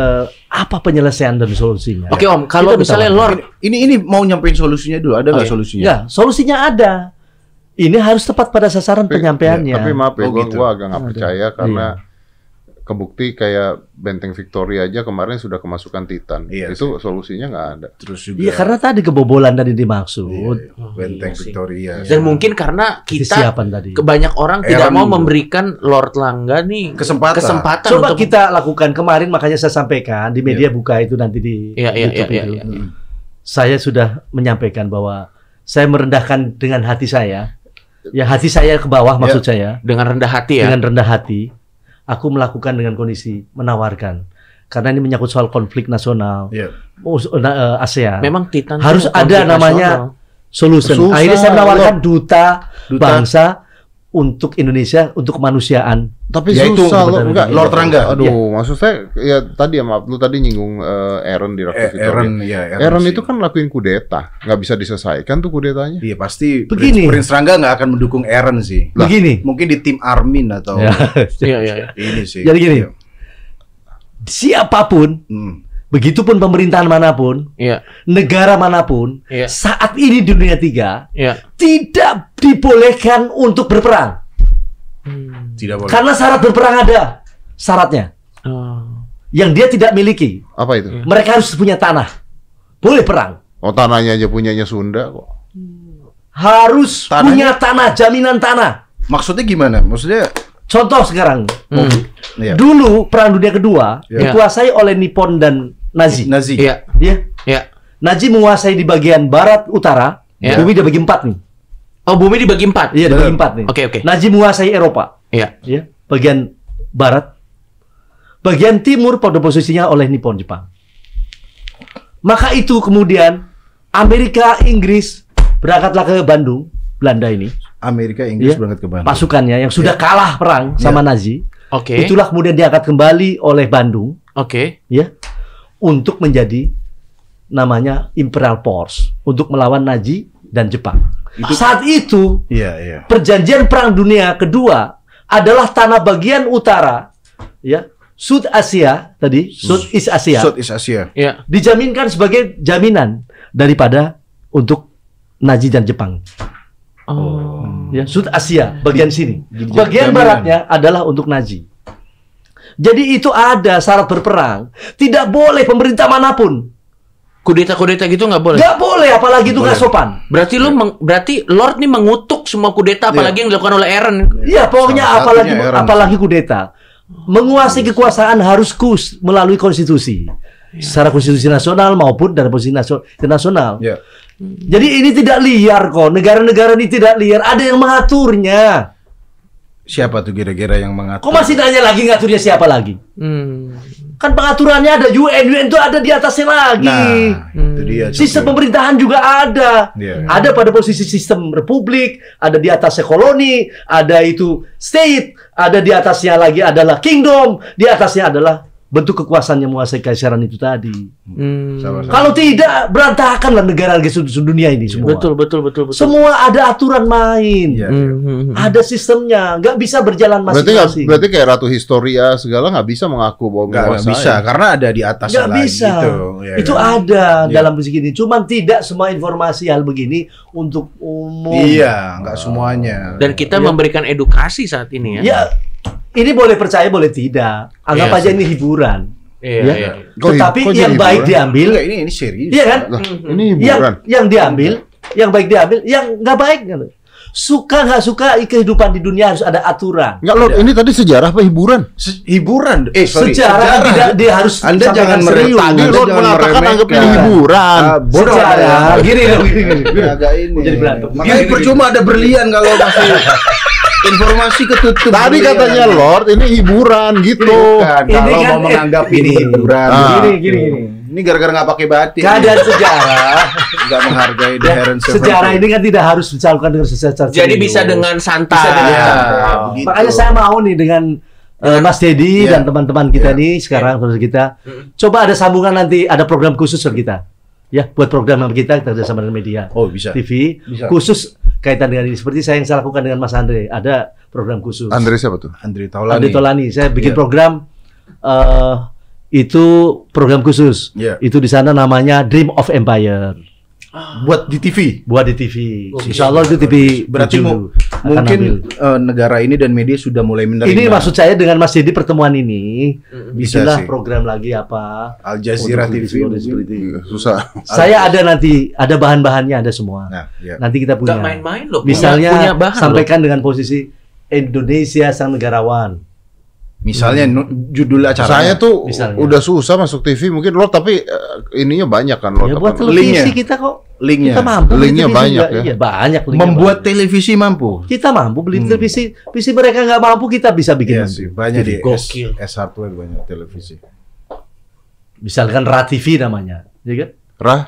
apa penyelesaian dan solusinya. Oke Om, kalau Kita misalnya bertahan. Lord Ini mau nyampein solusinya dulu. Ada nggak iya. solusinya? Ya, solusinya ada. Ini harus tepat pada sasaran penyampaiannya. Tapi maaf ya, Oh, gitu. gua agak nggak percaya karena Iya. kebukti kayak Benteng Victoria aja kemarin sudah kemasukan Titan. Iya Itu solusinya nggak ada. Terus juga. Iya, karena tadi kebobolan tadi dimaksud. Iya, Benteng iya sih. Victoria. dan mungkin karena kita Kesiapan tadi. banyak orang tidak Aaron mau juga. memberikan Lord Langga nih Kesempatan. Coba untuk kita lakukan kemarin, makanya saya sampaikan di media buka itu nanti di Iya, iya, YouTube iya, itu. iya, iya. Saya sudah menyampaikan bahwa saya merendahkan dengan hati saya. Ya, hati saya ke bawah maksud saya. dengan rendah hati ya. Dengan rendah hati, aku melakukan dengan kondisi menawarkan. Karena ini menyangkut soal konflik nasional, Iya. ASEAN. Memang Titan harus tuh ada konflik namanya nasional. solution. Susah, Akhirnya saya menawarkan duta Duta. bangsa untuk Indonesia, untuk kemanusiaan. Tapi Ya, itu susah benar. loh, enggak. Lord Rangga. Aduh, maksud saya ya tadi ya maaf, lu tadi nyinggung Aaron di Rakit Aaron, Victoria. ya. Aaron sih. itu kan lakuin kudeta, nggak bisa diselesaikan tuh kudetanya. Iya pasti. Begini. Prince Rangga nggak akan mendukung Aaron sih. Begini. Mungkin di tim Armin atau Ya. Iya iya iya. ini sih. Jadi gini. Iya. Siapapun, Hmm. begitupun pemerintahan manapun, Iya. negara manapun, Iya. saat ini dunia tiga Iya. tidak dibolehkan untuk berperang. Tidak boleh. Karena syarat berperang ada. Syaratnya. Oh. Yang dia tidak miliki. Apa itu? Mereka harus punya tanah. Boleh perang. Oh, tanahnya aja punyanya Sunda kok. Harus Tanahnya- punya tanah, jaminan tanah. Maksudnya gimana? Maksudnya Contoh sekarang. Iya. Dulu Perang Dunia Kedua Iya. dikuasai oleh Nippon dan Nazi. Nazi. Iya. Ya. Iya. Nazi menguasai di bagian barat utara. Iya. Bumi dibagi 4 nih. Oh, bumi dibagi 4. Iya, dibagi Benar. 4 nih. Oke, oke. Nazi menguasai Eropa. Iya. Ya, bagian barat. Bagian timur pada posisinya oleh Nippon Jepang. Maka itu kemudian Amerika, Inggris berangkatlah ke Bandung, Belanda ini. Amerika, Inggris Iya. berangkat ke Bandung. Pasukannya yang sudah kalah perang sama Nazi. Oke. Itulah kemudian diangkat kembali oleh Bandung, Oke. ya, untuk menjadi namanya Imperial Force untuk melawan Nazi dan Jepang. Saat itu Iya, iya. perjanjian Perang Dunia Kedua adalah tanah bagian utara, ya, South Asia tadi, Southeast Asia, Southeast Asia. Iya. dijaminkan sebagai jaminan daripada untuk Nazi dan Jepang. Oh. Ya, South Asia bagian sini. Jadi Bagian jaminan. baratnya adalah untuk Nazi. Jadi itu ada syarat berperang. Tidak boleh pemerintah manapun. Kudeta-kudeta gitu nggak boleh. Nggak boleh, apalagi itu nggak Boleh. sopan. Berarti lu berarti Lord nih mengutuk semua kudeta apalagi yang dilakukan oleh Aaron. Iya, pokoknya Salah apalagi satunya Aaron. apalagi kudeta. Menguasai kekuasaan harus melalui konstitusi. Secara konstitusi nasional maupun dari posisi internasional. Ya. Jadi ini tidak liar kok. Negara-negara ini tidak liar. Ada yang mengaturnya. Siapa tuh kira-kira yang mengatur? Kok masih nanya lagi ngaturnya siapa lagi? Kan pengaturannya ada UN itu ada di atasnya lagi. Nah, itu dia. Sistem pemerintahan juga ada. Iya. Ada pada posisi sistem republik, ada di atasnya koloni, ada itu state, ada di atasnya lagi adalah kingdom, di atasnya adalah bentuk kekuasaan yang menguasai kaisaran itu tadi. Sama-sama. Kalau tidak berantakanlah negara di seluruh dunia ini semua. Betul. Semua ada aturan main. Iya, Ada sistemnya, nggak bisa berjalan masing-masing. Berarti kayak Ratu Historia segala nggak bisa mengaku bahwa Nggak menguasai. bisa karena ada di atas Nggak lagi bisa. gitu. Ya, Itu kan? ada Iya. dalam begini. Cuman tidak semua informasi hal begini untuk umum. Iya, nggak semuanya. Dan kita memberikan edukasi saat ini ya. Ya, ini boleh percaya, boleh tidak. Anggap Iya aja sih. ini hiburan. Iya, Ya. iya. Tetapi kok yang jadi baik hiburan? diambil, Enggak, ini serius. iya kan? Lah, ini hiburan. Yang diambil, yang baik diambil, yang nggak baik kan? Suka nggak suka kehidupan di dunia harus ada aturan. Enggak, Lord, ini tadi sejarah apa hiburan? Hiburan. Sorry. Sejarah tidak dia harus Anda sampaikan jangan serius. meremehkan. Tadi Anda Lord jangan mengatakan meremehkan. anggap ini hiburan. Bodoh Sejarah. Anda. Gini dong, gini. Agak ini. Jadi berantem. Makanya Gini, percuma ada berlian kalau masih informasi ketutup. Tadi berlian. katanya Lord ini hiburan gitu. Bukan, Ini kalau kan- mau menganggap ini hiburan. Ah. Gini. Ini gara-gara nggak pakai batik. Keadaan sejarah. Nggak menghargai the Heron Seven. Sejarah ini kan tidak harus dilakukan dengan secara Jadi serius. bisa dengan santai. Bisa dengan Ya, santai. begitu. Makanya saya mau nih dengan Mas Dedi Iya. dan teman-teman kita Iya. nih sekarang saudara kita, coba ada sambungan nanti, ada program khusus buat kita, ya buat program kita sama dengan media Oh, bisa. TV Bisa. khusus kaitan dengan ini. Seperti saya yang saya lakukan dengan Mas Andre, ada program khusus. Andre siapa tuh? Andri Taulani. Andre Tolani, saya bikin Iya. program itu program khusus. Iya. Itu di sana namanya Dream of Empire. Buat di TV. Buat di TV. Insya Allah itu TV. Berarti dulu akan mungkin ambil. negara ini dan media sudah mulai menerima. Ini maksud saya dengan Mas Dedi pertemuan ini, Bisa bikinlah sih. program lagi apa. Al Jazeera Untuk TV. seperti itu. Susah. Saya ada nanti, ada bahan-bahannya, ada semua. Nah, ya. Nanti kita Nggak punya. main-main loh. Misalnya punya bahan sampaikan dengan posisi Indonesia sang negarawan. Misalnya judul acara. Saya tuh Misalnya. udah susah masuk TV mungkin Lord, tapi ininya banyak kan Lord. Ya buat apa- televisi Linknya. kita kok. Linknya. Kita mampu. beli Linknya televisi banyak juga. ya. Iya banyak. linknya Membuat banyak. televisi mampu. Kita mampu beli televisi. Televisi mereka nggak mampu, kita bisa bikin. Iya nanti. sih, banyak di Gokil. S Hardware banyak televisi. Misalkan Ra TV namanya, ya kan? Rah?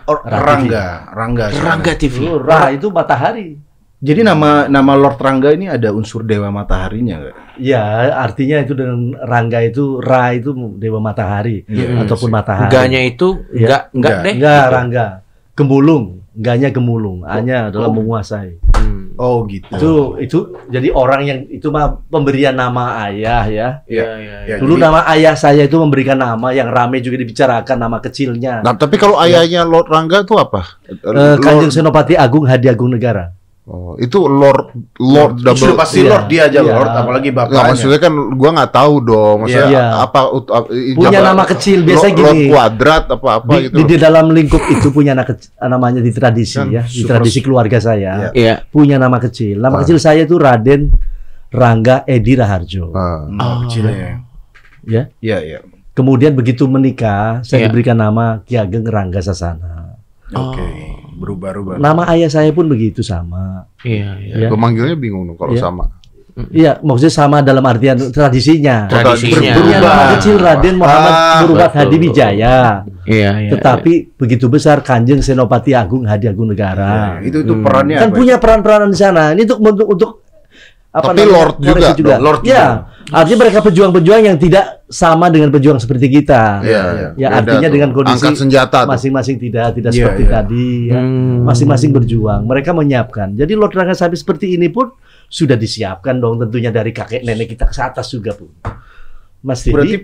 Rangga. Rangga TV. Oh, Ra itu matahari. Jadi nama Lord Rangga ini ada unsur dewa mataharinya nggak? Ya, artinya itu dengan Rangga itu Ra itu dewa matahari Iya, ataupun sih. matahari. Enggaknya itu enggak Enggak. deh. Enggak, Rangga. Gemulung, enggaknya gemulung, hanya adalah menguasai. Oh gitu. Itu jadi orang yang itu mah pemberian nama ayah ya. Iya. Ya, Dulu jadi- nama ayah saya itu memberikan nama yang rame juga dibicarakan, nama kecilnya. Nah, tapi kalau ayahnya Lord Rangga itu apa? Kanjeng Senopati Agung Hadi Agung Negara. Oh, itu Lord Sudah double. pasti Iya. Lord dia aja Iya. Lord, apalagi Nggak, bapaknya. maksudnya kan gua nggak tahu dong. Maksudnya Iya. apa Punya nama kecil, biasanya Lord gini. kuadrat apa gitu. Di dalam lingkup itu punya namanya di tradisi Kan ya, di super- tradisi keluarga saya. Iya. Punya nama kecil. Nama Ah. kecil saya itu Raden Rangga Edi Raharjo. Ah. Kecilnya. Ya. Iya. Kemudian begitu menikah, saya Iya. diberikan nama Ki Ageng Rangga Sasana. Oke. Berubah-ubah. Nama ayah saya pun begitu sama. Iya. Ya. Pemanggilnya bingung dong kalau Iya. sama. Iya, maksudnya sama dalam artian tradisinya. Tradisinya. Punya nama kecil Raden Muhammad Murubat betul. Hadi Wijaya. Iya. Tetapi begitu besar Kanjeng Senopati Agung Hadi Agung Negara. Nah, itu perannya Kan apa? punya peran-peranan di sana. Ini untuk apa Tapi namanya, Lord koreksi juga. Lord ya, artinya mereka pejuang-pejuang yang tidak sama dengan pejuang seperti kita. Iya, Ya, beda artinya tuh. dengan kondisi angkat senjata tuh. masing-masing tidak Iya, seperti iya. tadi. Ya. Masing-masing berjuang. Mereka menyiapkan. Jadi Lord Rangga Sapi seperti ini pun sudah disiapkan dong tentunya dari kakek nenek kita ke atas juga pun. Mas Didi Berarti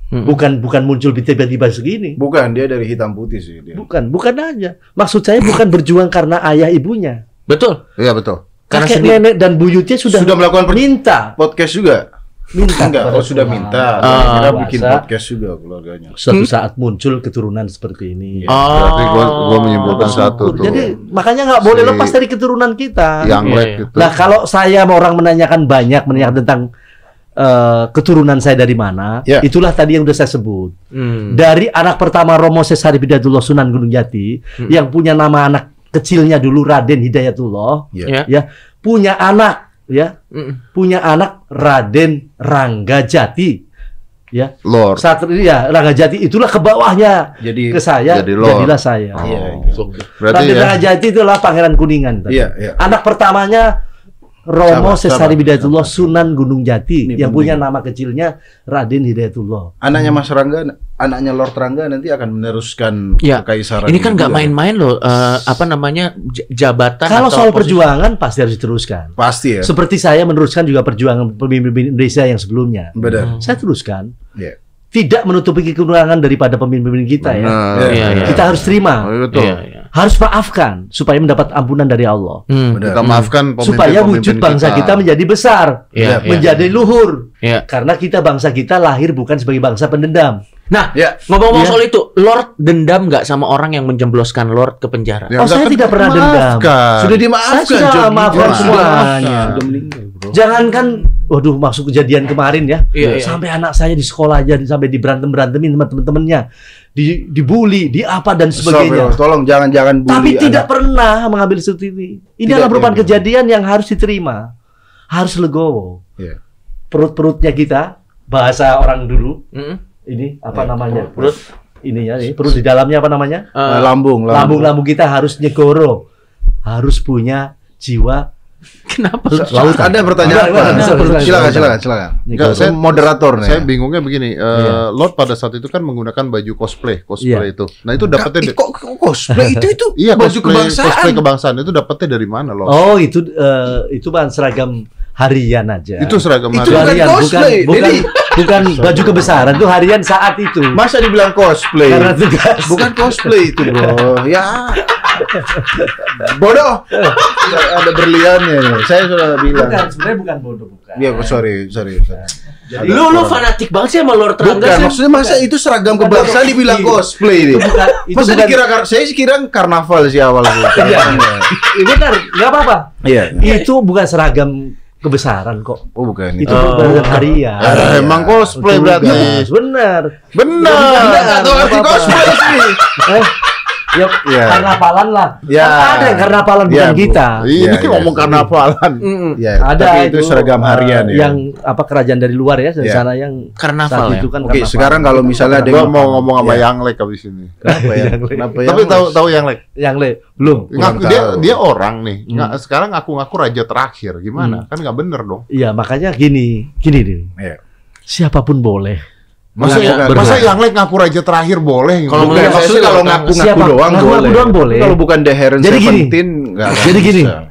bukan muncul tiba-tiba segini. bukan dia dari hitam putih sih dia. Bukan aja. Maksud saya bukan berjuang karena ayah ibunya. Betul. Iya betul. Karena Kakek sendiri- nenek dan buyutnya sudah melakukan minta. Podcast juga. Minta. Enggak, kepada sudah Tuhan. minta. Ah, Kira bikin puasa. podcast juga keluarganya. Suatu saat muncul keturunan seperti ini. Berarti gua menyimpulkan satu tuh. Jadi makanya nggak boleh Si- lepas dari keturunan kita. Yang Iya, red iya. gitu. Nah kalau saya orang menanyakan menanyakan tentang keturunan saya dari mana, Ya. itulah tadi yang udah saya sebut. Hmm. Dari anak pertama Romo Sesari Bidadullah Sunan Gunung Jati, yang punya nama anak kecilnya dulu Raden Hidayatullah, Iya. Ya. ya punya anak ya, punya anak Raden Ranggajati, ya. Lord. Saat ini ya Ranggajati itulah ke bawahnya Jadi ke saya, jadi Lord. jadilah saya. Iya. Berarti Raden ya. Ranggajati itulah Pangeran Kuningan. tadi. Iya, iya. Anak pertamanya Romo Sabar, Sesari Hidayatullah Sunan Gunung Jati Ini yang penting. punya nama kecilnya Raden Hidayatullah. Anaknya Mas Rangga, anaknya Lord Rangga nanti akan meneruskan Ya, kekaisaran. ini kan itu nggak juga. main-main loh. Apa namanya jabatan? Kalau atau soal posisi. perjuangan pasti harus diteruskan. Pasti ya. Seperti saya meneruskan juga perjuangan pemimpin Indonesia yang sebelumnya. Benar. Saya teruskan. Iya. Tidak menutupi kekurangan daripada pemimpin kita ya. Nah, Iya, iya. Kita harus terima, oh, betul. Iya, iya. harus maafkan supaya mendapat ampunan dari Allah. Benar. Kita maafkan Supaya wujud bangsa kita menjadi besar, Iya, iya. menjadi luhur. Iya. Karena kita bangsa kita lahir bukan sebagai bangsa pendendam. Nah, Ya. ngomong-ngomong Iya. soal itu, Lord dendam nggak sama orang yang menjebloskan Lord ke penjara? Ya, Oh, saya kan tidak pernah dendam. maafkan. Sudah dimaafkan. Saya sudah Jod. maafkan Sudah semuanya. maafkan. Sudah meninggal, bro. Jangankan, waduh, masuk kejadian kemarin ya, Iya, iya. sampai anak saya di sekolah aja sampai diberantem-berantemin sama temen-temennya, dibully, di apa dan sebagainya. Stop, tolong jangan bully Tapi tidak anak. pernah mengambil seperti ini. Ini Tidak, adalah merupakan tidak. kejadian yang harus diterima, harus legowo. Iya. Perut-perutnya kita, bahasa orang dulu, Mm-mm. ini apa namanya? Perut. Ininya, ini perut di dalamnya apa namanya? Lambung. Lambung-lambung kita harus nyegoro, harus punya jiwa Kenapa? lautan. Ada pertanyaan Ada, apa? ada. Silakan. Enggak, saya moderator nih. Saya bingungnya begini, Iya. Lord pada saat itu kan menggunakan baju cosplay Iya. itu. Nah itu dapatnya Kok cosplay itu? iya baju cosplay kebangsaan itu dapatnya dari mana Lord? Oh, itu bahan seragam harian aja. Itu seragam Itu hari. bukan harian, cosplay, bukan Dedi. bukan baju kebesaran, itu harian saat itu. Masa dibilang cosplay? Karena tugas. Bukan cosplay itu, bro. Ya. Bodoh. Ada berliannya. Saya sudah bilang. Bukan, sebenarnya bukan bodoh, bukan. Iya, sorry. Lu fanatik banget sih sama Lord Rangga Bukan, sih. maksudnya masa itu seragam Bukan kebangsaan bodoh. dibilang cosplay nih? Itu Masa bukan. dikira saya sih kira karnaval sih awalnya. Iya. Benar, nggak apa-apa. Iya. Itu bukan seragam kebesaran kok. Oh, bukan Itu itu. seragam harian. Emang cosplay Tugas, berarti. benar. Benar. Anda nggak tahu arti Apa-apa. cosplay sih. Ya, Iya. karnapalan lah. Ya. Kan ada yang karnapalan bukan Ya, Bu. kita. Ini Iya, ngomong iya. karnavalan. Ya, Ada tapi itu seragam harian ya. Yang apa kerajaan dari luar ya, dari Iya. sana yang Karnaval saat ya? itu kan Oke, karnaval. sekarang kalau misalnya ada Gua yang mau ngomong sama Iya. Yang Lek abis ini. Kenapa ya? Kenapa ya? Tapi tahu Yang Lek. yang belum. Kurang Dia tahu. dia orang nih. Hmm. Nggak, sekarang ngaku-ngaku raja terakhir. Gimana? Kan nggak bener dong. Iya, makanya gini nih. Iya. Siapapun boleh. Masa Bukan, masa bukan. Yang Lek ngaku raja terakhir boleh? Kalau Bukan, menurut maksudnya saya kalau sih ngaku-ngaku siapa- doang ngaku-ngaku boleh. doang boleh. Kalau bukan The Heron Jadi gini. Seventeen nggak akan Jadi gini. bisa.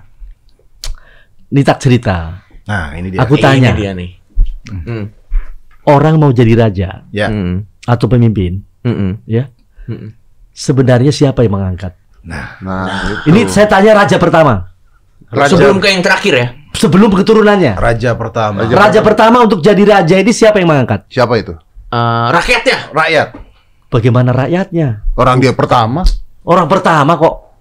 Nitak cerita. Nah, ini dia. Aku tanya, Ini dia nih. orang mau jadi raja Ya. atau pemimpin, ya, sebenarnya siapa yang mengangkat? Nah, Nah, Ini saya tanya raja pertama, raja Sebelum ke yang terakhir ya. sebelum keturunannya. raja pertama. Raja pertama untuk jadi raja ini siapa yang mengangkat? siapa itu? Rakyatnya. Rakyat. Bagaimana rakyatnya? Orang dia pertama. Orang pertama kok.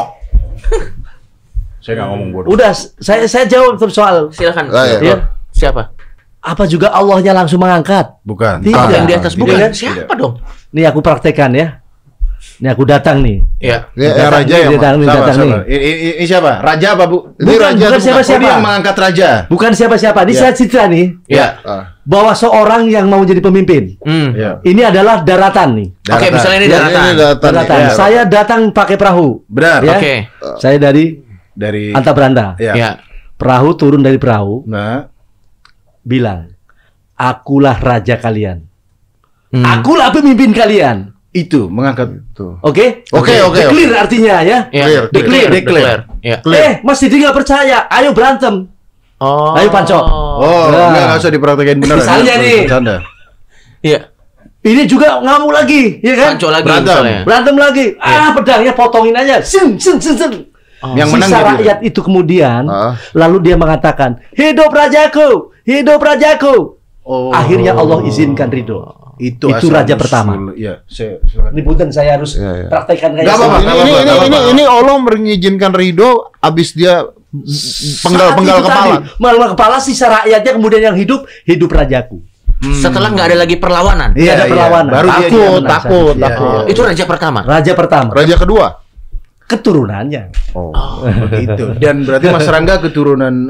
Saya nggak ngomong bodoh. Udah, saya jawab terus soal Silakan. Iya. ya. Siapa? Apa juga Allahnya langsung mengangkat? Bukan. Tidak. Yang di atas Tidak. bukan. Tidak. Siapa dong? Nih aku praktekkan ya. Nih aku datang nih. Ya. Ya, raja nih, yang datang nih, Sabar, datang nih. sabar. Ini siapa? Raja apa, Bu? Ini raja bukan tuh siapa-siapa. Oh, dia yang mengangkat raja. Bukan siapa-siapa. Ini Ya. saya cerita nih Ya. bahwa seorang yang mau jadi pemimpin. Ya. Ini adalah daratan nih. Oke, Daratan. misalnya ini Ya, daratan. Ini datang. Daratan. Ya. Saya datang pakai perahu. Benar. Ya. Oke. Saya dari Dari Antabranda. Ya. Ya. Perahu turun dari perahu, Nah, bilang, "Akulah raja kalian. Hmm. Akulah pemimpin kalian." itu mengangkat. Tuh. Oke? Oke. Clear artinya ya. Ya. Clear, Declare. Ya. Mas Didi nggak percaya. Ayo berantem. Oh. Ayo, Panco. Oh, Nah. nggak usah dipraktekin benar. Misalnya nih. Bercanda. Iya. Ini juga ngamuk lagi, ya kan? Panco lagi Berantem. misalnya. Berantem lagi. Pedangnya potongin aja. Sen. Yang menang Sisa jadi- rakyat itu kemudian, Ah. lalu dia mengatakan, "Hidup rajaku, hidup rajaku." Oh. Akhirnya Allah izinkan ridho. Itu Itu asal raja usul. pertama. Iya, Ini punten saya harus Iya, iya. praktekkan kayak Nggak apa-apa, gitu. nggak apa-apa. Ini Allah mengizinkan ridho abis dia penggal Saat itu kepala. tadi, penggal kepala, sisa rakyatnya kemudian yang hidup rajaku. Setelah nggak ada lagi perlawanan. Iya, ada perlawanan. Baru dia Takut, menang. takut, Iya, takut. iya. Itu raja pertama. Raja pertama, Raja kedua. keturunannya. Oh. Begitu. Dan berarti Mas Rangga keturunan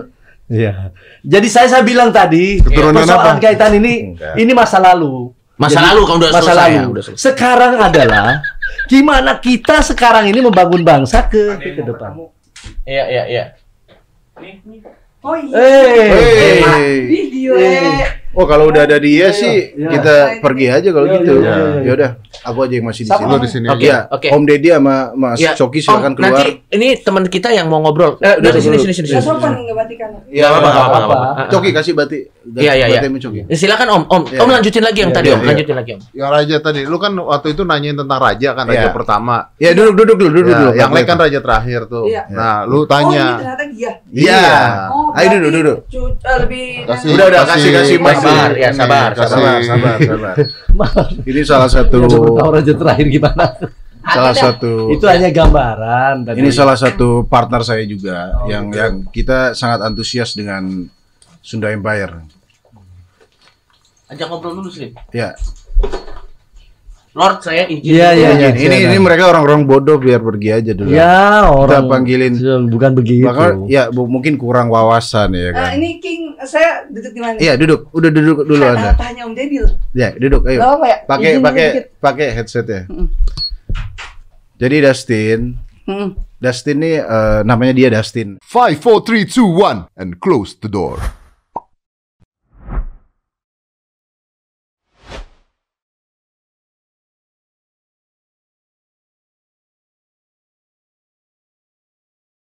Iya. Jadi saya bilang tadi Keturunan persoalan apa? kaitan ini Enggak. ini masa lalu. Masa Jadi, lalu kamu udah masa selesai lalu. ya, udah selesai. Sekarang adalah gimana kita sekarang ini membangun bangsa ke depan. Iya. Oh iya. Video Oh kalau udah ada dia sih Iya. kita pergi aja kalau Iya, gitu. iya, iya. Ya udah, aku aja yang masih di Sama sini. Lo di sini Oke. aja. Ya, Om Deddy sama Mas Ya, Coki Om, silakan keluar. nanti ini teman kita yang mau ngobrol. Udah Udah sini. Gak sopan nggak batikan. Ya, Nggak apa-apa. apa-apa. Coki kasih batik. Iya. Batik sama Coki. Silakan Om. Iya. Om lanjutin lagi yang Iya, tadi iya, Om. iya. Lanjutin lagi Om. Yang raja tadi, lu kan waktu itu nanyain tentang raja kan, raja Iya. pertama. Ya duduk dulu. Ya, yang lain kan raja terakhir tuh. Iya. Nah, lu Oh ini tanya. ternyata dia. Iya. Oh, Ayo berarti duduk. lebih Udah, kasih Mas. Sabar, ya, ini, sabar. Sabar. Ini salah satu Udah baru tahu raja terakhir gimana. Itu hanya gambaran. ini salah satu partner saya juga yang kita sangat antusias dengan Sunda Empire. Ajak ngobrol dulu Slim. Ya. Lord saya izin. Iya, iya, iya. Ini mereka orang-orang bodoh biar pergi aja dulu. Ya, orang panggilin. bukan begitu. Bahkan ya mungkin kurang wawasan ya kan. Ini King, saya duduk di mana? Iya, duduk. Udah duduk dulu Anda. Tanya Om Deddy loh. Ya, duduk ayo. Gak apa ya? Izin dulu dikit. Pakai headset ya. Mm. Jadi Dustin nih namanya dia Dustin. 5, 4, 3, 2, 1, and close the door.